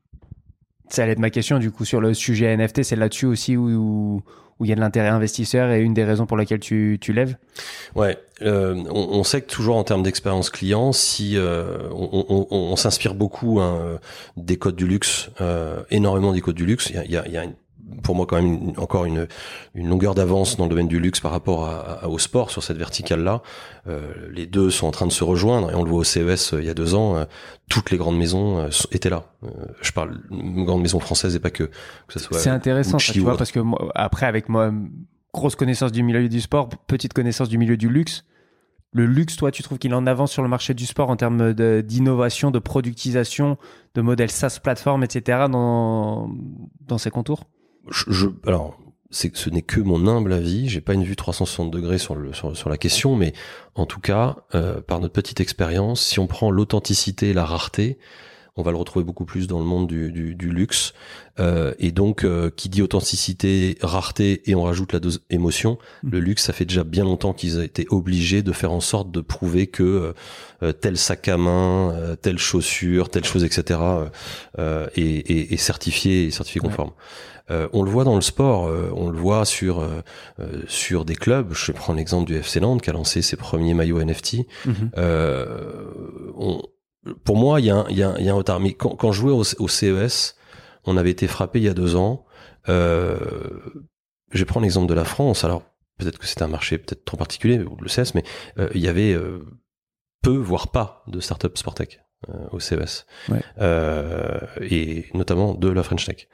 [SPEAKER 2] ça allait être ma question du coup sur le sujet N F T. C'est là-dessus aussi où, où, où il y a de l'intérêt investisseur et une des raisons pour laquelle tu, tu lèves.
[SPEAKER 3] Ouais, euh, on, on sait que toujours en termes d'expérience client, si euh, on, on, on, on s'inspire beaucoup hein, des codes du luxe, euh, énormément des codes du luxe. Il y a, il y a, il y a une pour moi quand même une, encore une, une longueur d'avance dans le domaine du luxe par rapport à, à, au sport sur cette verticale-là. Euh, les deux sont en train de se rejoindre et on le voit au C E S euh, il y a deux ans. Euh, toutes les grandes maisons euh, étaient là. Euh, je parle de grandes maisons françaises et pas que. que ça soit
[SPEAKER 2] c'est intéressant, ça, tu vois, parce que moi, après avec moi grosse connaissance du milieu du sport, petite connaissance du milieu du luxe. Le luxe, toi, tu trouves qu'il est en avance sur le marché du sport en termes de, d'innovation, de productisation, de modèles SaaS plateforme, et cetera dans dans ses contours?
[SPEAKER 3] Je, je, alors, c'est, ce n'est que mon humble avis. J'ai pas une vue trois cent soixante degrés sur, le, sur, sur la question, mais en tout cas, euh, par notre petite expérience, si on prend l'authenticité et la rareté, on va le retrouver beaucoup plus dans le monde du, du, du luxe. Euh, et donc, euh, qui dit authenticité, rareté, et on rajoute la dose émotion, mmh. le luxe, ça fait déjà bien longtemps qu'ils ont été obligés de faire en sorte de prouver que euh, tel sac à main, euh, telle chaussure, telle chose, et cetera euh, est, est, est certifié, est certifié conforme. Ouais. Euh, on le voit dans le sport, euh, on le voit sur euh, euh, sur des clubs. Je prends l'exemple du F C Nantes qui a lancé ses premiers maillots N F T. Mmh. Euh, on, pour moi, il y a un, il y a, il y a un retard. Mais quand, quand je jouais au, au C E S, on avait été frappé il y a deux ans. Euh, je vais prendre l'exemple de la France. Alors peut-être que c'est un marché peut-être trop particulier, ou le C E S, mais euh, il y avait euh, peu, voire pas, de startups Sportec euh, au C E S, ouais. euh, et notamment de la French Tech.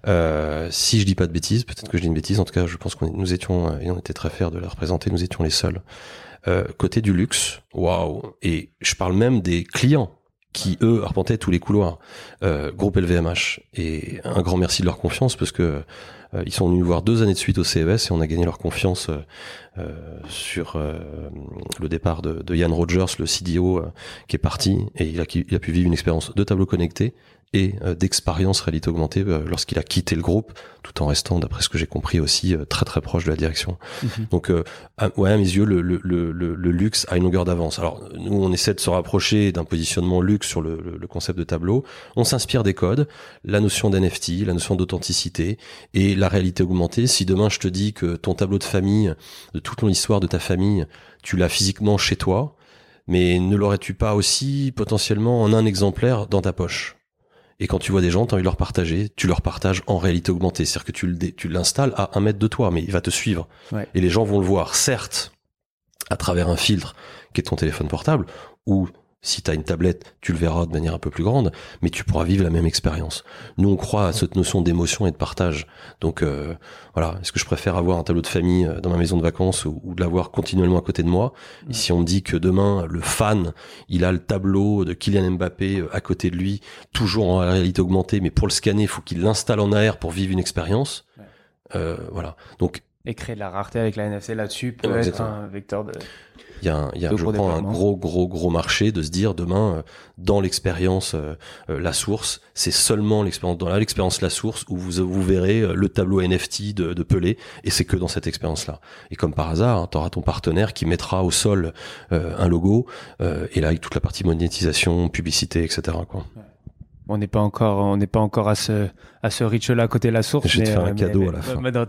[SPEAKER 3] Euh, si je dis pas de bêtises, peut-être que je dis une bêtise. En tout cas, je pense que nous étions, et on était très fiers de la représenter, nous étions les seuls. Euh, côté du luxe, waouh. Et je parle même des clients qui, eux, arpentaient tous les couloirs. Euh, groupe L V M H. Et un grand merci de leur confiance, parce que euh, ils sont venus nous voir deux années de suite au C E S et on a gagné leur confiance euh, euh, sur euh, le départ de, de Ian Rogers, le C D O, euh, qui est parti, et il a, il a pu vivre une expérience de tableau connecté et euh, d'expérience réalité augmentée euh, lorsqu'il a quitté le groupe, tout en restant, d'après ce que j'ai compris aussi, euh, très très proche de la direction. Mm-hmm. Donc, euh, à, ouais, à mes yeux, le, le, le, le luxe a une longueur d'avance. Alors, nous, on essaie de se rapprocher d'un positionnement luxe sur le, le, le concept de tableau. On s'inspire des codes, la notion d'N F T, la notion d'authenticité et la réalité augmentée. Si demain, je te dis que ton tableau de famille, de toute l'histoire de ta famille, tu l'as physiquement chez toi, mais ne l'aurais-tu pas aussi potentiellement en un exemplaire dans ta poche ? Et quand tu vois des gens, tu as envie de leur partager, tu leur partages en réalité augmentée. C'est-à-dire que tu, le, tu l'installes à un mètre de toi, mais il va te suivre. Ouais. Et les gens vont le voir, certes, à travers un filtre qui est ton téléphone portable, ou si tu as une tablette, tu le verras de manière un peu plus grande, mais tu pourras vivre la même expérience. Nous, on croit à cette notion d'émotion et de partage. Donc euh, voilà, est-ce que je préfère avoir un tableau de famille dans ma maison de vacances ou, ou de l'avoir continuellement à côté de moi ? Ouais. Et si on me dit que demain, le fan, il a le tableau de Kylian Mbappé à côté de lui, toujours en réalité augmentée, mais pour le scanner, il faut qu'il l'installe en A R pour vivre une expérience. Ouais. Euh, voilà. Donc,
[SPEAKER 2] et créer de la rareté avec la N F T là-dessus peut ouais, être un vecteur de...
[SPEAKER 3] Il y a, un, il y a je prends un gros, gros, gros marché de se dire demain, euh, dans l'expérience euh, euh, La Source, c'est seulement l'expérience, dans l'expérience La Source où vous, vous verrez euh, le tableau N F T de, de Pelé, et c'est que dans cette expérience-là. Et comme par hasard, hein, tu auras ton partenaire qui mettra au sol euh, un logo, euh, et là, avec toute la partie monétisation, publicité, et cetera, quoi.
[SPEAKER 2] Ouais. On n'est pas encore, on n'est pas encore à ce, à ce reach-là à côté de La Source.
[SPEAKER 3] Je vais te faire un
[SPEAKER 2] mais,
[SPEAKER 3] cadeau
[SPEAKER 2] mais,
[SPEAKER 3] à la fin.
[SPEAKER 2] Mais dans,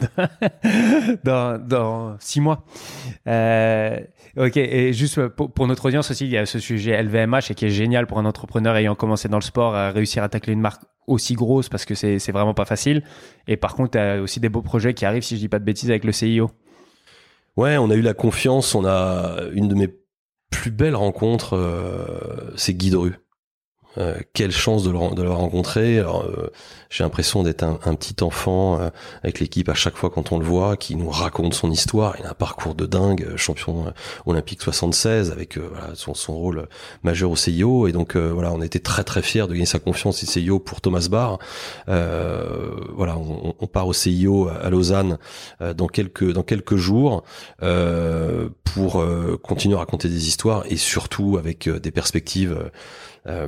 [SPEAKER 2] dans, dans six mois. Euh, ok. Et juste pour, pour notre audience aussi, il y a ce sujet L V M H et qui est génial pour un entrepreneur ayant commencé dans le sport à réussir à tacler une marque aussi grosse parce que c'est, c'est vraiment pas facile. Et par contre, tu as aussi des beaux projets qui arrivent, si je dis pas de bêtises, avec le C I O.
[SPEAKER 3] Ouais, on a eu la confiance. On a une de mes plus belles rencontres, euh, c'est Guy Dru. Euh, quelle chance de le, de le rencontrer. Alors, euh, j'ai l'impression d'être un, un petit enfant euh, avec l'équipe à chaque fois quand on le voit, qui nous raconte son histoire. Il a un parcours de dingue, champion euh, olympique soixante-seize avec euh, voilà, son, son rôle majeur au C I O. Et donc euh, voilà, on était très très fiers de gagner sa confiance au C I O pour Thomas Barr. Euh, voilà, on, on part au C I O à Lausanne euh, dans quelques dans quelques jours euh, pour euh, continuer à raconter des histoires et surtout avec euh, des perspectives. Euh, Euh,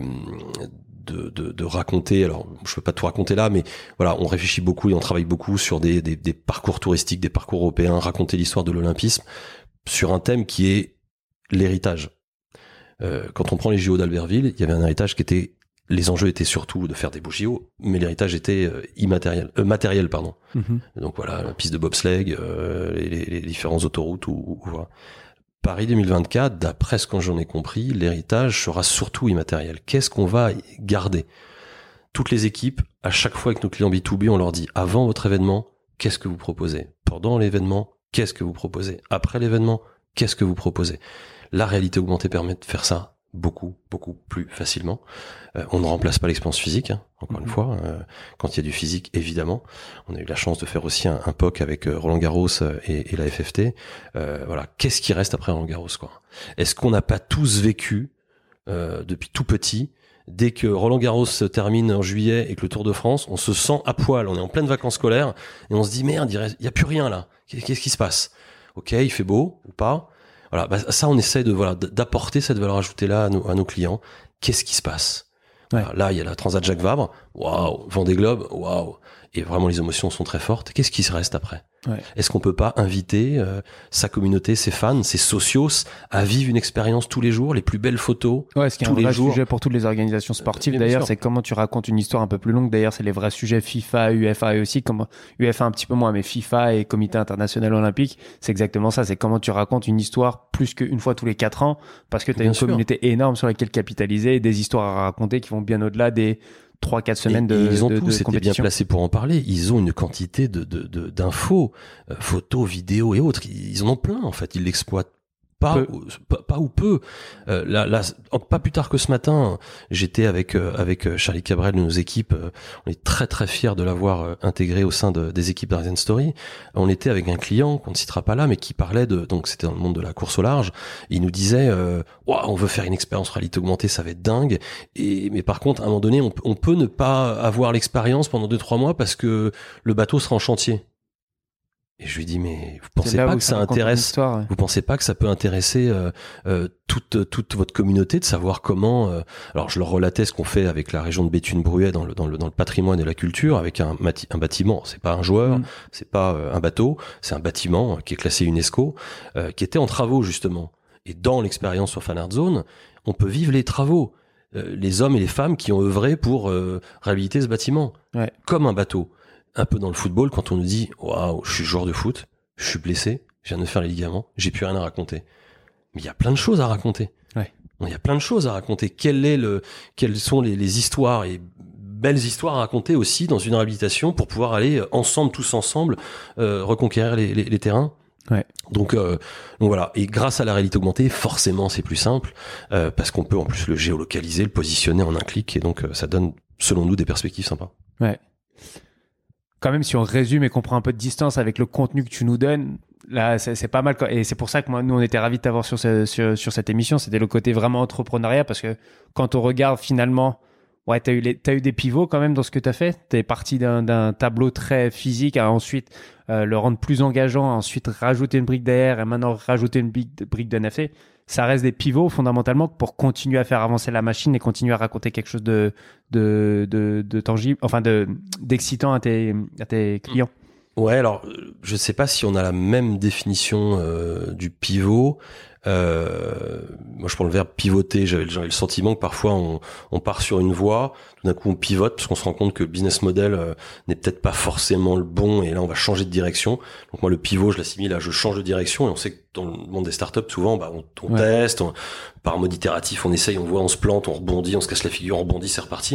[SPEAKER 3] de, de, de raconter, alors je peux pas tout raconter là, mais voilà, on réfléchit beaucoup et on travaille beaucoup sur des, des, des parcours touristiques, des parcours européens, raconter l'histoire de l'olympisme sur un thème qui est l'héritage. Euh, quand on prend les J O d'Albertville, il y avait un héritage qui était, les enjeux étaient surtout de faire des beaux J O, mais l'héritage était euh, immatériel, euh, matériel pardon. Mm-hmm. Donc voilà, la piste de bobsleigh, euh, les, les, les différentes autoroutes ou, ou, ou voilà. Paris deux mille vingt-quatre, d'après ce que j'en ai compris, l'héritage sera surtout immatériel. Qu'est-ce qu'on va garder ? Toutes les équipes, à chaque fois avec nos clients B deux B, on leur dit, avant votre événement, qu'est-ce que vous proposez ? Pendant l'événement, qu'est-ce que vous proposez ? Après l'événement, qu'est-ce que vous proposez ? La réalité augmentée permet de faire ça beaucoup, beaucoup plus facilement. Euh, on ne remplace pas l'expérience physique, hein, encore mmh. une fois. Euh, quand il y a du physique, évidemment. On a eu la chance de faire aussi un, un P O C avec euh, Roland Garros et, et la F F T. Euh, voilà, qu'est-ce qui reste après Roland Garros, quoi ? Est-ce qu'on n'a pas tous vécu euh, depuis tout petit, dès que Roland Garros se termine en juillet et que le Tour de France, on se sent à poil, on est en pleine vacances scolaires et on se dit merde, il y a plus rien là. Qu'est-ce qui se passe ? Ok, il fait beau ou pas ? Voilà, bah ça on essaie de voilà d'apporter cette valeur ajoutée là à nos, à nos clients. Qu'est-ce qui se passe ?
[SPEAKER 2] Ouais.
[SPEAKER 3] Là, il y a la Transat Jacques Vabre, waouh, Vendée Globe, waouh. Et vraiment, les émotions sont très fortes. Qu'est-ce qui se reste après?
[SPEAKER 2] Ouais.
[SPEAKER 3] Est-ce qu'on peut pas inviter euh, sa communauté, ses fans, ses socios à vivre une expérience tous les jours, les plus belles photos
[SPEAKER 2] Ouais, ce qui est
[SPEAKER 3] tous
[SPEAKER 2] un
[SPEAKER 3] les
[SPEAKER 2] vrai
[SPEAKER 3] jours.
[SPEAKER 2] sujet pour toutes les organisations sportives.
[SPEAKER 3] Euh,
[SPEAKER 2] D'ailleurs, c'est comment tu racontes une histoire un peu plus longue. D'ailleurs, c'est les vrais sujets FIFA, UEFA et aussi comment UEFA un petit peu moins, mais FIFA et Comité international olympique, c'est exactement ça. C'est comment tu racontes une histoire plus qu'une fois tous les quatre ans, parce que tu as une
[SPEAKER 3] sûr.
[SPEAKER 2] communauté énorme sur laquelle capitaliser, et des histoires à raconter qui vont bien au-delà des trois quatre semaines
[SPEAKER 3] et,
[SPEAKER 2] de,
[SPEAKER 3] et ils ont
[SPEAKER 2] de,
[SPEAKER 3] tous
[SPEAKER 2] de
[SPEAKER 3] été bien
[SPEAKER 2] compétition.
[SPEAKER 3] placés pour en parler. Ils ont une quantité de, de, de d'infos, euh, photos, vidéos et autres. Ils en ont plein en fait. Ils l'exploitent pas, ou, pas, pas ou peu. Euh, là, là, pas plus tard que ce matin, j'étais avec euh, avec Charlie Cabrel de nos équipes. Euh, on est très très fiers de l'avoir euh, intégré au sein de, des équipes d'Arden Story. On était avec un client qu'on ne citera pas là, mais qui parlait de, donc c'était dans le monde de la course au large. Il nous disait, euh, wow, on veut faire une expérience réalité augmentée, ça va être dingue. Et mais par contre, à un moment donné, on, on peut ne pas avoir l'expérience pendant deux trois mois parce que le bateau sera en chantier. Et je lui dis, mais vous pensez pas que ça intéresse,
[SPEAKER 2] histoire, ouais.
[SPEAKER 3] vous pensez pas que ça peut intéresser euh, euh, toute toute votre communauté de savoir comment euh, alors je leur relatais ce qu'on fait avec la région de Béthune-Bruay dans le dans le dans le patrimoine et la culture avec un un bâtiment, c'est pas un joueur, mmh. c'est pas euh, un bateau, c'est un bâtiment qui est classé UNESCO euh, qui était en travaux justement. Et dans l'expérience sur Fan Art Zone, on peut vivre les travaux, euh, les hommes et les femmes qui ont œuvré pour euh, réhabiliter ce bâtiment
[SPEAKER 2] ouais.
[SPEAKER 3] comme un bateau. Un peu dans le football, quand on nous dit waouh, je suis joueur de foot, je suis blessé, je viens de me faire les ligaments, j'ai plus rien à raconter. Mais il y a plein de choses à raconter.
[SPEAKER 2] Ouais.
[SPEAKER 3] Il y a plein de choses à raconter. Quel est le, quelles sont les, les histoires et belles histoires à raconter aussi dans une réhabilitation pour pouvoir aller ensemble, tous ensemble, euh, reconquérir les, les, les terrains.
[SPEAKER 2] Ouais.
[SPEAKER 3] Donc, euh, donc voilà. Et grâce à la réalité augmentée, forcément, c'est plus simple euh, parce qu'on peut en plus le géolocaliser, le positionner en un clic, et donc euh, ça donne, selon nous, des perspectives sympas.
[SPEAKER 2] Ouais. Quand même, si on résume et qu'on prend un peu de distance avec le contenu que tu nous donnes, là, c'est, c'est pas mal. Et c'est pour ça que moi, nous, on était ravis de t'avoir sur, ce, sur, sur cette émission. C'était le côté vraiment entrepreneuriat, parce que quand on regarde finalement, ouais, t'as eu, les, t'as eu des pivots quand même dans ce que t'as fait. T'es parti d'un, d'un tableau très physique à ensuite euh, le rendre plus engageant, à ensuite rajouter une brique derrière et maintenant rajouter une brique, brique de N F T. Ça reste des pivots fondamentalement pour continuer à faire avancer la machine et continuer à raconter quelque chose de, de, de, de tangible, enfin de, d'excitant à tes, à tes clients.
[SPEAKER 3] Ouais, alors je sais pas si on a la même définition euh, du pivot. Euh, moi, je prends le verbe pivoter. J'avais, j'avais le sentiment que parfois on, on part sur une voie, tout d'un coup on pivote parce qu'on se rend compte que le business model euh, n'est peut-être pas forcément le bon, et là on va changer de direction. Donc moi, le pivot, je l'assimile à je change de direction, et on sait que dans le monde des startups, souvent, bah on, on ouais. teste, on, par mode itératif, on essaye, on voit, on se plante, on rebondit, on se casse la figure, on rebondit, c'est reparti.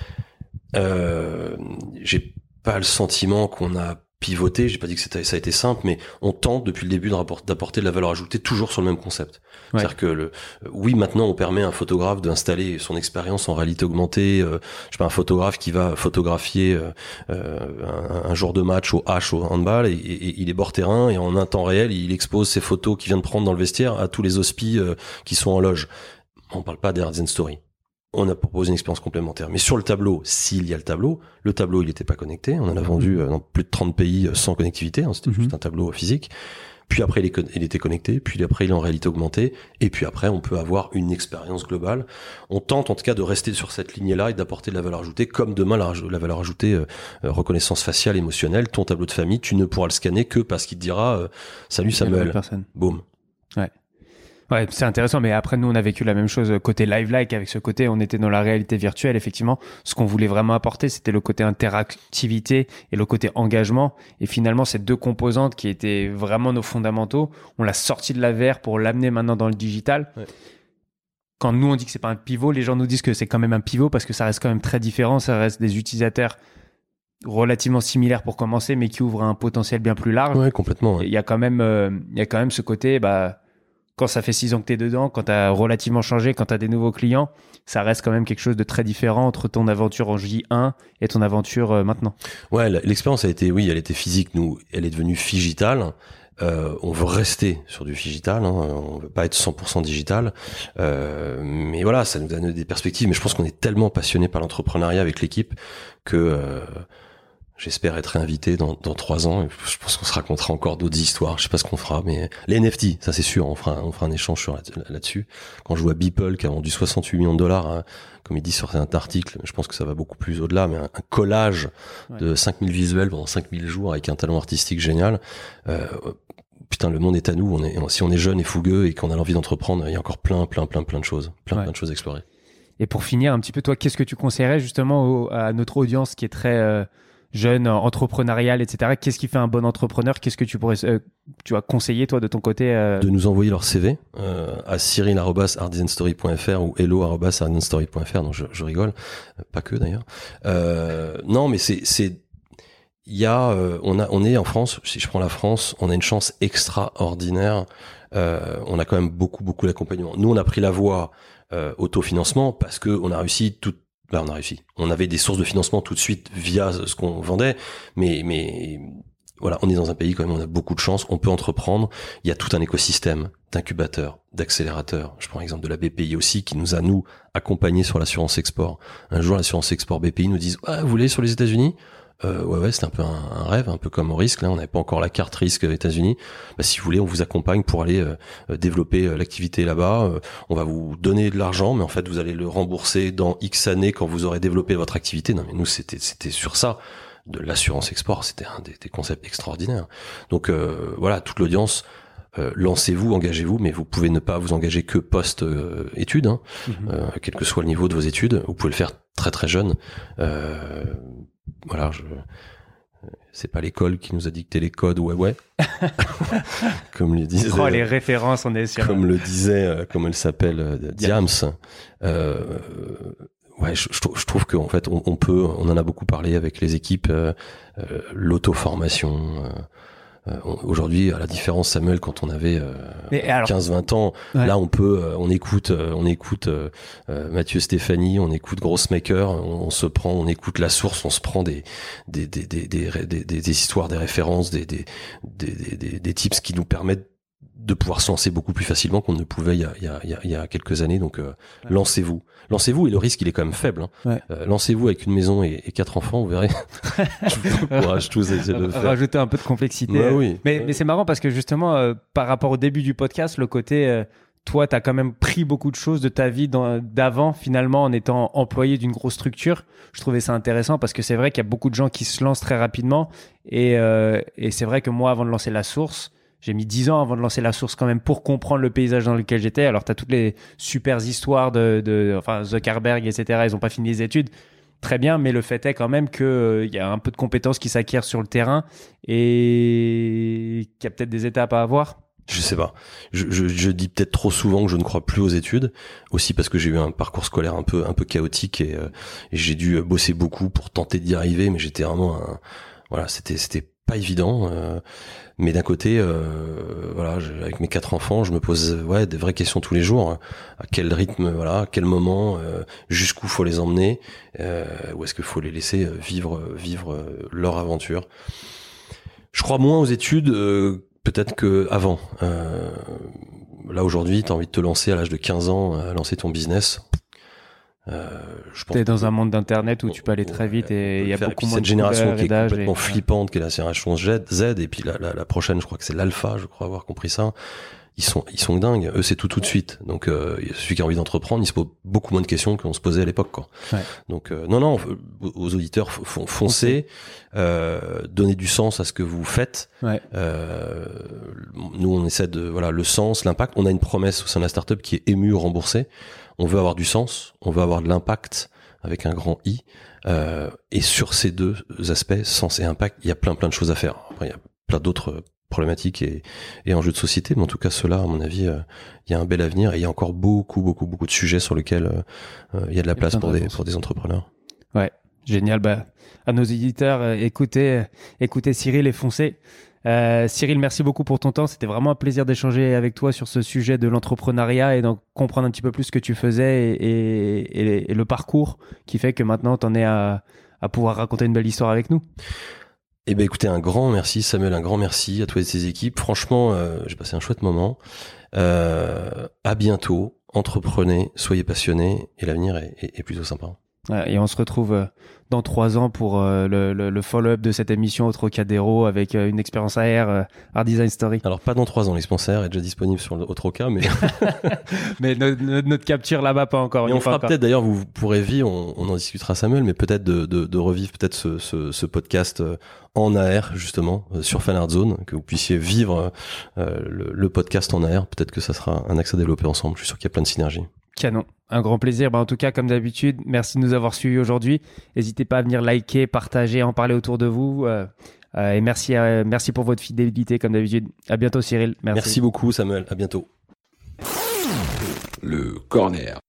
[SPEAKER 3] Euh, j'ai pas le sentiment qu'on a pivoter, j'ai pas dit que c'était, ça a été simple, mais on tente depuis le début de rapport, d'apporter de la valeur ajoutée toujours sur le même concept. Ouais. C'est-à-dire que le, oui, maintenant on permet à un photographe d'installer son expérience en réalité augmentée. Euh, je sais pas, un photographe qui va photographier euh, un, un jour de match au H au handball, et, et, et il est bord terrain, et en un temps réel il expose ses photos qu'il vient de prendre dans le vestiaire à tous les hospies euh, qui sont en loge. On parle pas d'Arden Story. On a proposé une expérience complémentaire. Mais sur le tableau, s'il y a le tableau, le tableau, il n'était pas connecté. On en a vendu dans plus de trente pays sans connectivité. Hein, c'était mm-hmm. juste un tableau physique. Puis après, il, est, il était connecté. Puis après, il est en réalité augmentée. Et puis après, on peut avoir une expérience globale. On tente en tout cas de rester sur cette lignée-là et d'apporter de la valeur ajoutée. Comme demain, la, la valeur ajoutée, euh, reconnaissance faciale, émotionnelle, ton tableau de famille, tu ne pourras le scanner que parce qu'il te dira euh, « Salut Samuel ». Boum.
[SPEAKER 2] Ouais. Ouais, c'est intéressant, mais après, nous, on a vécu la même chose côté live-like. Avec ce côté, on était dans la réalité virtuelle, effectivement. Ce qu'on voulait vraiment apporter, c'était le côté interactivité et le côté engagement. Et finalement, ces deux composantes qui étaient vraiment nos fondamentaux, on l'a sorti de la V R pour l'amener maintenant dans le digital. Ouais. Quand nous, on dit que c'est pas un pivot, les gens nous disent que c'est quand même un pivot parce que ça reste quand même très différent. Ça reste des utilisateurs relativement similaires pour commencer, mais qui ouvrent un potentiel bien plus large.
[SPEAKER 3] Ouais, complètement. Ouais.
[SPEAKER 2] Il y a quand même, euh, il y a quand même ce côté, bah, quand ça fait six ans que tu es dedans, quand tu as relativement changé, quand tu as des nouveaux clients, ça reste quand même quelque chose de très différent entre ton aventure en J un et ton aventure euh, maintenant.
[SPEAKER 3] Ouais, l'expérience a été, oui, elle était physique. Nous, elle est devenue figitale. Euh, on veut rester sur du digital, hein, on veut pas être cent pour cent digital, euh, mais voilà, ça nous donne des perspectives. Mais je pense qu'on est tellement passionné par l'entrepreneuriat avec l'équipe que... Euh, J'espère être réinvité dans dans trois ans. Et je pense qu'on se racontera encore d'autres histoires. Je sais pas ce qu'on fera, mais les N F T, ça c'est sûr, on fera on fera un échange sur là-dessus. Quand je vois Beeple qui a vendu soixante-huit millions de dollars, hein, comme il dit sur un article, je pense que ça va beaucoup plus au-delà. Mais un, un collage ouais. de cinq mille visuels pendant cinq mille jours avec un talent artistique génial. Euh, putain, le monde est à nous. On est si on est jeune et fougueux et qu'on a l'envie d'entreprendre, il y a encore plein plein plein plein de choses, plein ouais. plein de choses à explorer.
[SPEAKER 2] Et pour finir un petit peu, toi, qu'est-ce que tu conseillerais justement au, à notre audience qui est très euh, jeune, entrepreneuriale, et cetera. Qu'est-ce qui fait un bon entrepreneur? Qu'est-ce que tu pourrais, euh, tu as conseillé toi de ton côté euh...
[SPEAKER 3] De nous envoyer leur C V euh, à cyril arobase art design story point f r ou hello arobase art design story point f r. Donc je, je rigole, pas que d'ailleurs. Euh, non, mais c'est c'est il y a euh, on a on est en France. Si je prends la France, on a une chance extraordinaire. Euh, on a quand même beaucoup beaucoup d'accompagnement. Nous, on a pris la voie Euh, autofinancement parce que on a réussi tout ben on a réussi on avait des sources de financement tout de suite via ce qu'on vendait, mais mais voilà, on est dans un pays quand même, on a beaucoup de chance, on peut entreprendre, il y a tout un écosystème d'incubateurs, d'accélérateurs. Je prends l'exemple de la B P I aussi qui nous a nous accompagnés sur l'assurance export. Un jour l'assurance export B P I nous disent ah, vous voulez sur les États-Unis? Euh, ouais ouais, c'était un peu un, un rêve, un peu comme au risque. Là, on n'avait pas encore la carte risque États-Unis. Bah, si vous voulez, on vous accompagne pour aller euh, développer euh, l'activité là-bas. Euh, on va vous donner de l'argent, mais en fait, vous allez le rembourser dans X années quand vous aurez développé votre activité. Non, mais nous, c'était c'était sur ça de l'assurance export. C'était un des, des concepts extraordinaires. Donc euh, voilà, toute l'audience. Euh, lancez-vous, engagez-vous, mais vous pouvez ne pas vous engager que post-études, hein, mmh. euh, quel que soit le niveau de vos études. Vous pouvez le faire très très jeune. Euh, voilà, je... c'est pas l'école qui nous a dicté les codes, ouais ouais. Comme le disait.
[SPEAKER 2] Oh, les références, on est sûr.
[SPEAKER 3] Comme le disait, euh, comme elle s'appelle, euh, Diams. Euh, ouais, je, je trouve qu'en fait, on, on peut, on en a beaucoup parlé avec les équipes, euh, euh, l'auto-formation. Euh, Euh, aujourd'hui, à la différence, Samuel, quand on avait euh, quinze vingt ans, ouais. là on peut, euh, on écoute, euh, on écoute euh, euh, Mathieu Stéphanie, on écoute Grossmaker, on, on se prend, on écoute La Source, on se prend des des des des des, des, des, des histoires, des références, des des, des des des tips qui nous permettent de pouvoir se lancer beaucoup plus facilement qu'on ne pouvait il y a il y a il y a, il y a quelques années. Donc euh, ouais. lancez-vous, lancez-vous et le risque il est quand même faible. Hein. Ouais. Euh, lancez-vous avec une maison et, et quatre enfants, vous verrez. Je vous encourage tous à essayer de le faire.
[SPEAKER 2] Rajouter un peu de complexité.
[SPEAKER 3] Ouais, oui.
[SPEAKER 2] Mais
[SPEAKER 3] ouais.
[SPEAKER 2] mais c'est marrant parce que justement euh, par rapport au début du podcast, le côté euh, toi t'as quand même pris beaucoup de choses de ta vie dans, d'avant finalement en étant employé d'une grosse structure. Je trouvais ça intéressant parce que c'est vrai qu'il y a beaucoup de gens qui se lancent très rapidement et euh, et c'est vrai que moi avant de lancer La Source, j'ai mis dix ans avant de lancer La Source quand même pour comprendre le paysage dans lequel j'étais. Alors, tu as toutes les super histoires de, de enfin, Zuckerberg, et cetera. Ils n'ont pas fini les études. Très bien, mais le fait est quand même qu'il euh, y a un peu de compétences qui s'acquièrent sur le terrain et qu'il y a peut-être des étapes à avoir.
[SPEAKER 3] Je sais pas. Je, je, je dis peut-être trop souvent que je ne crois plus aux études, aussi parce que j'ai eu un parcours scolaire un peu, un peu chaotique et, euh, et j'ai dû bosser beaucoup pour tenter d'y arriver, mais j'étais vraiment un, voilà, c'était, c'était pas évident. Euh, mais d'un côté, euh, voilà, je, avec mes quatre enfants, je me pose, ouais, des vraies questions tous les jours. À quel rythme, voilà, à quel moment, euh, jusqu'où faut les emmener, euh, ou est-ce qu'il faut les laisser vivre, vivre leur aventure. Je crois moins aux études. Euh, Peut-être que avant. Euh, là aujourd'hui, t'as envie de te lancer à l'âge de quinze ans, à lancer ton business. Euh, je pense
[SPEAKER 2] T'es dans un monde d'internet où tu peux aller très vite et il y a beaucoup moins de
[SPEAKER 3] cette génération qui est complètement
[SPEAKER 2] et...
[SPEAKER 3] flippante, qui est la génération Z, Z et puis la, la, la prochaine, je crois que c'est l'alpha, je crois avoir compris ça. Ils sont, ils sont dingues. Eux, c'est tout, tout de suite. Donc, euh, celui qui a envie d'entreprendre, il se pose beaucoup moins de questions qu'on se posait à l'époque, quoi. Ouais. Donc, euh, non, non, aux auditeurs, foncez, euh, donnez du sens à ce que vous faites. Ouais. Euh, nous, on essaie de, voilà, le sens, l'impact. On a une promesse au sein de la startup qui est émue, remboursée. On veut avoir du sens, on veut avoir de l'impact avec un grand I. Euh, et sur ces deux aspects, sens et impact, il y a plein, plein de choses à faire. Après, il y a plein d'autres problématiques et, et enjeux de société, mais en tout cas ceux-là, à mon avis, il euh, y a un bel avenir et il y a encore beaucoup, beaucoup, beaucoup de sujets sur lesquels il euh, y a de la place pour des, pour des entrepreneurs.
[SPEAKER 2] Ouais, génial. Bah, à nos éditeurs, euh, écoutez, écoutez Cyril et foncez. Euh, Cyril, merci beaucoup pour ton temps. C'était vraiment un plaisir d'échanger avec toi sur ce sujet de l'entrepreneuriat et d'en comprendre un petit peu plus ce que tu faisais et, et, et, et le parcours qui fait que maintenant tu en es à, à pouvoir raconter une belle histoire avec nous.
[SPEAKER 3] Eh ben écoutez, un grand merci Samuel, un grand merci à toi et tes équipes. Franchement, euh, j'ai passé un chouette moment. Euh, à bientôt, entreprenez, soyez passionnés et l'avenir est, est, est plutôt sympa.
[SPEAKER 2] Et on se retrouve euh, dans trois ans pour euh, le, le, le follow-up de cette émission au Trocadéro avec euh, une expérience A R, euh, Art Design Story.
[SPEAKER 3] Alors pas dans trois ans, l'expérience A R est déjà disponible sur le au Troca, mais
[SPEAKER 2] mais notre, notre capture là-bas pas encore.
[SPEAKER 3] Mais on fera peut-être d'ailleurs, vous pourrez vivre, on, on en discutera Samuel, mais peut-être de, de, de revivre peut-être ce, ce, ce podcast en A R justement sur Fan Art Zone, que vous puissiez vivre euh, le, le podcast en A R. Peut-être que ça sera un axe à développer ensemble. Je suis sûr qu'il y a plein de synergies.
[SPEAKER 2] Canon, un grand plaisir. Bah, en tout cas, comme d'habitude, merci de nous avoir suivis aujourd'hui. N'hésitez pas à venir liker, partager, en parler autour de vous. Euh, euh, et merci, euh, merci pour votre fidélité, comme d'habitude. À bientôt, Cyril. Merci.
[SPEAKER 3] Merci beaucoup, Samuel. À bientôt.
[SPEAKER 1] Le corner.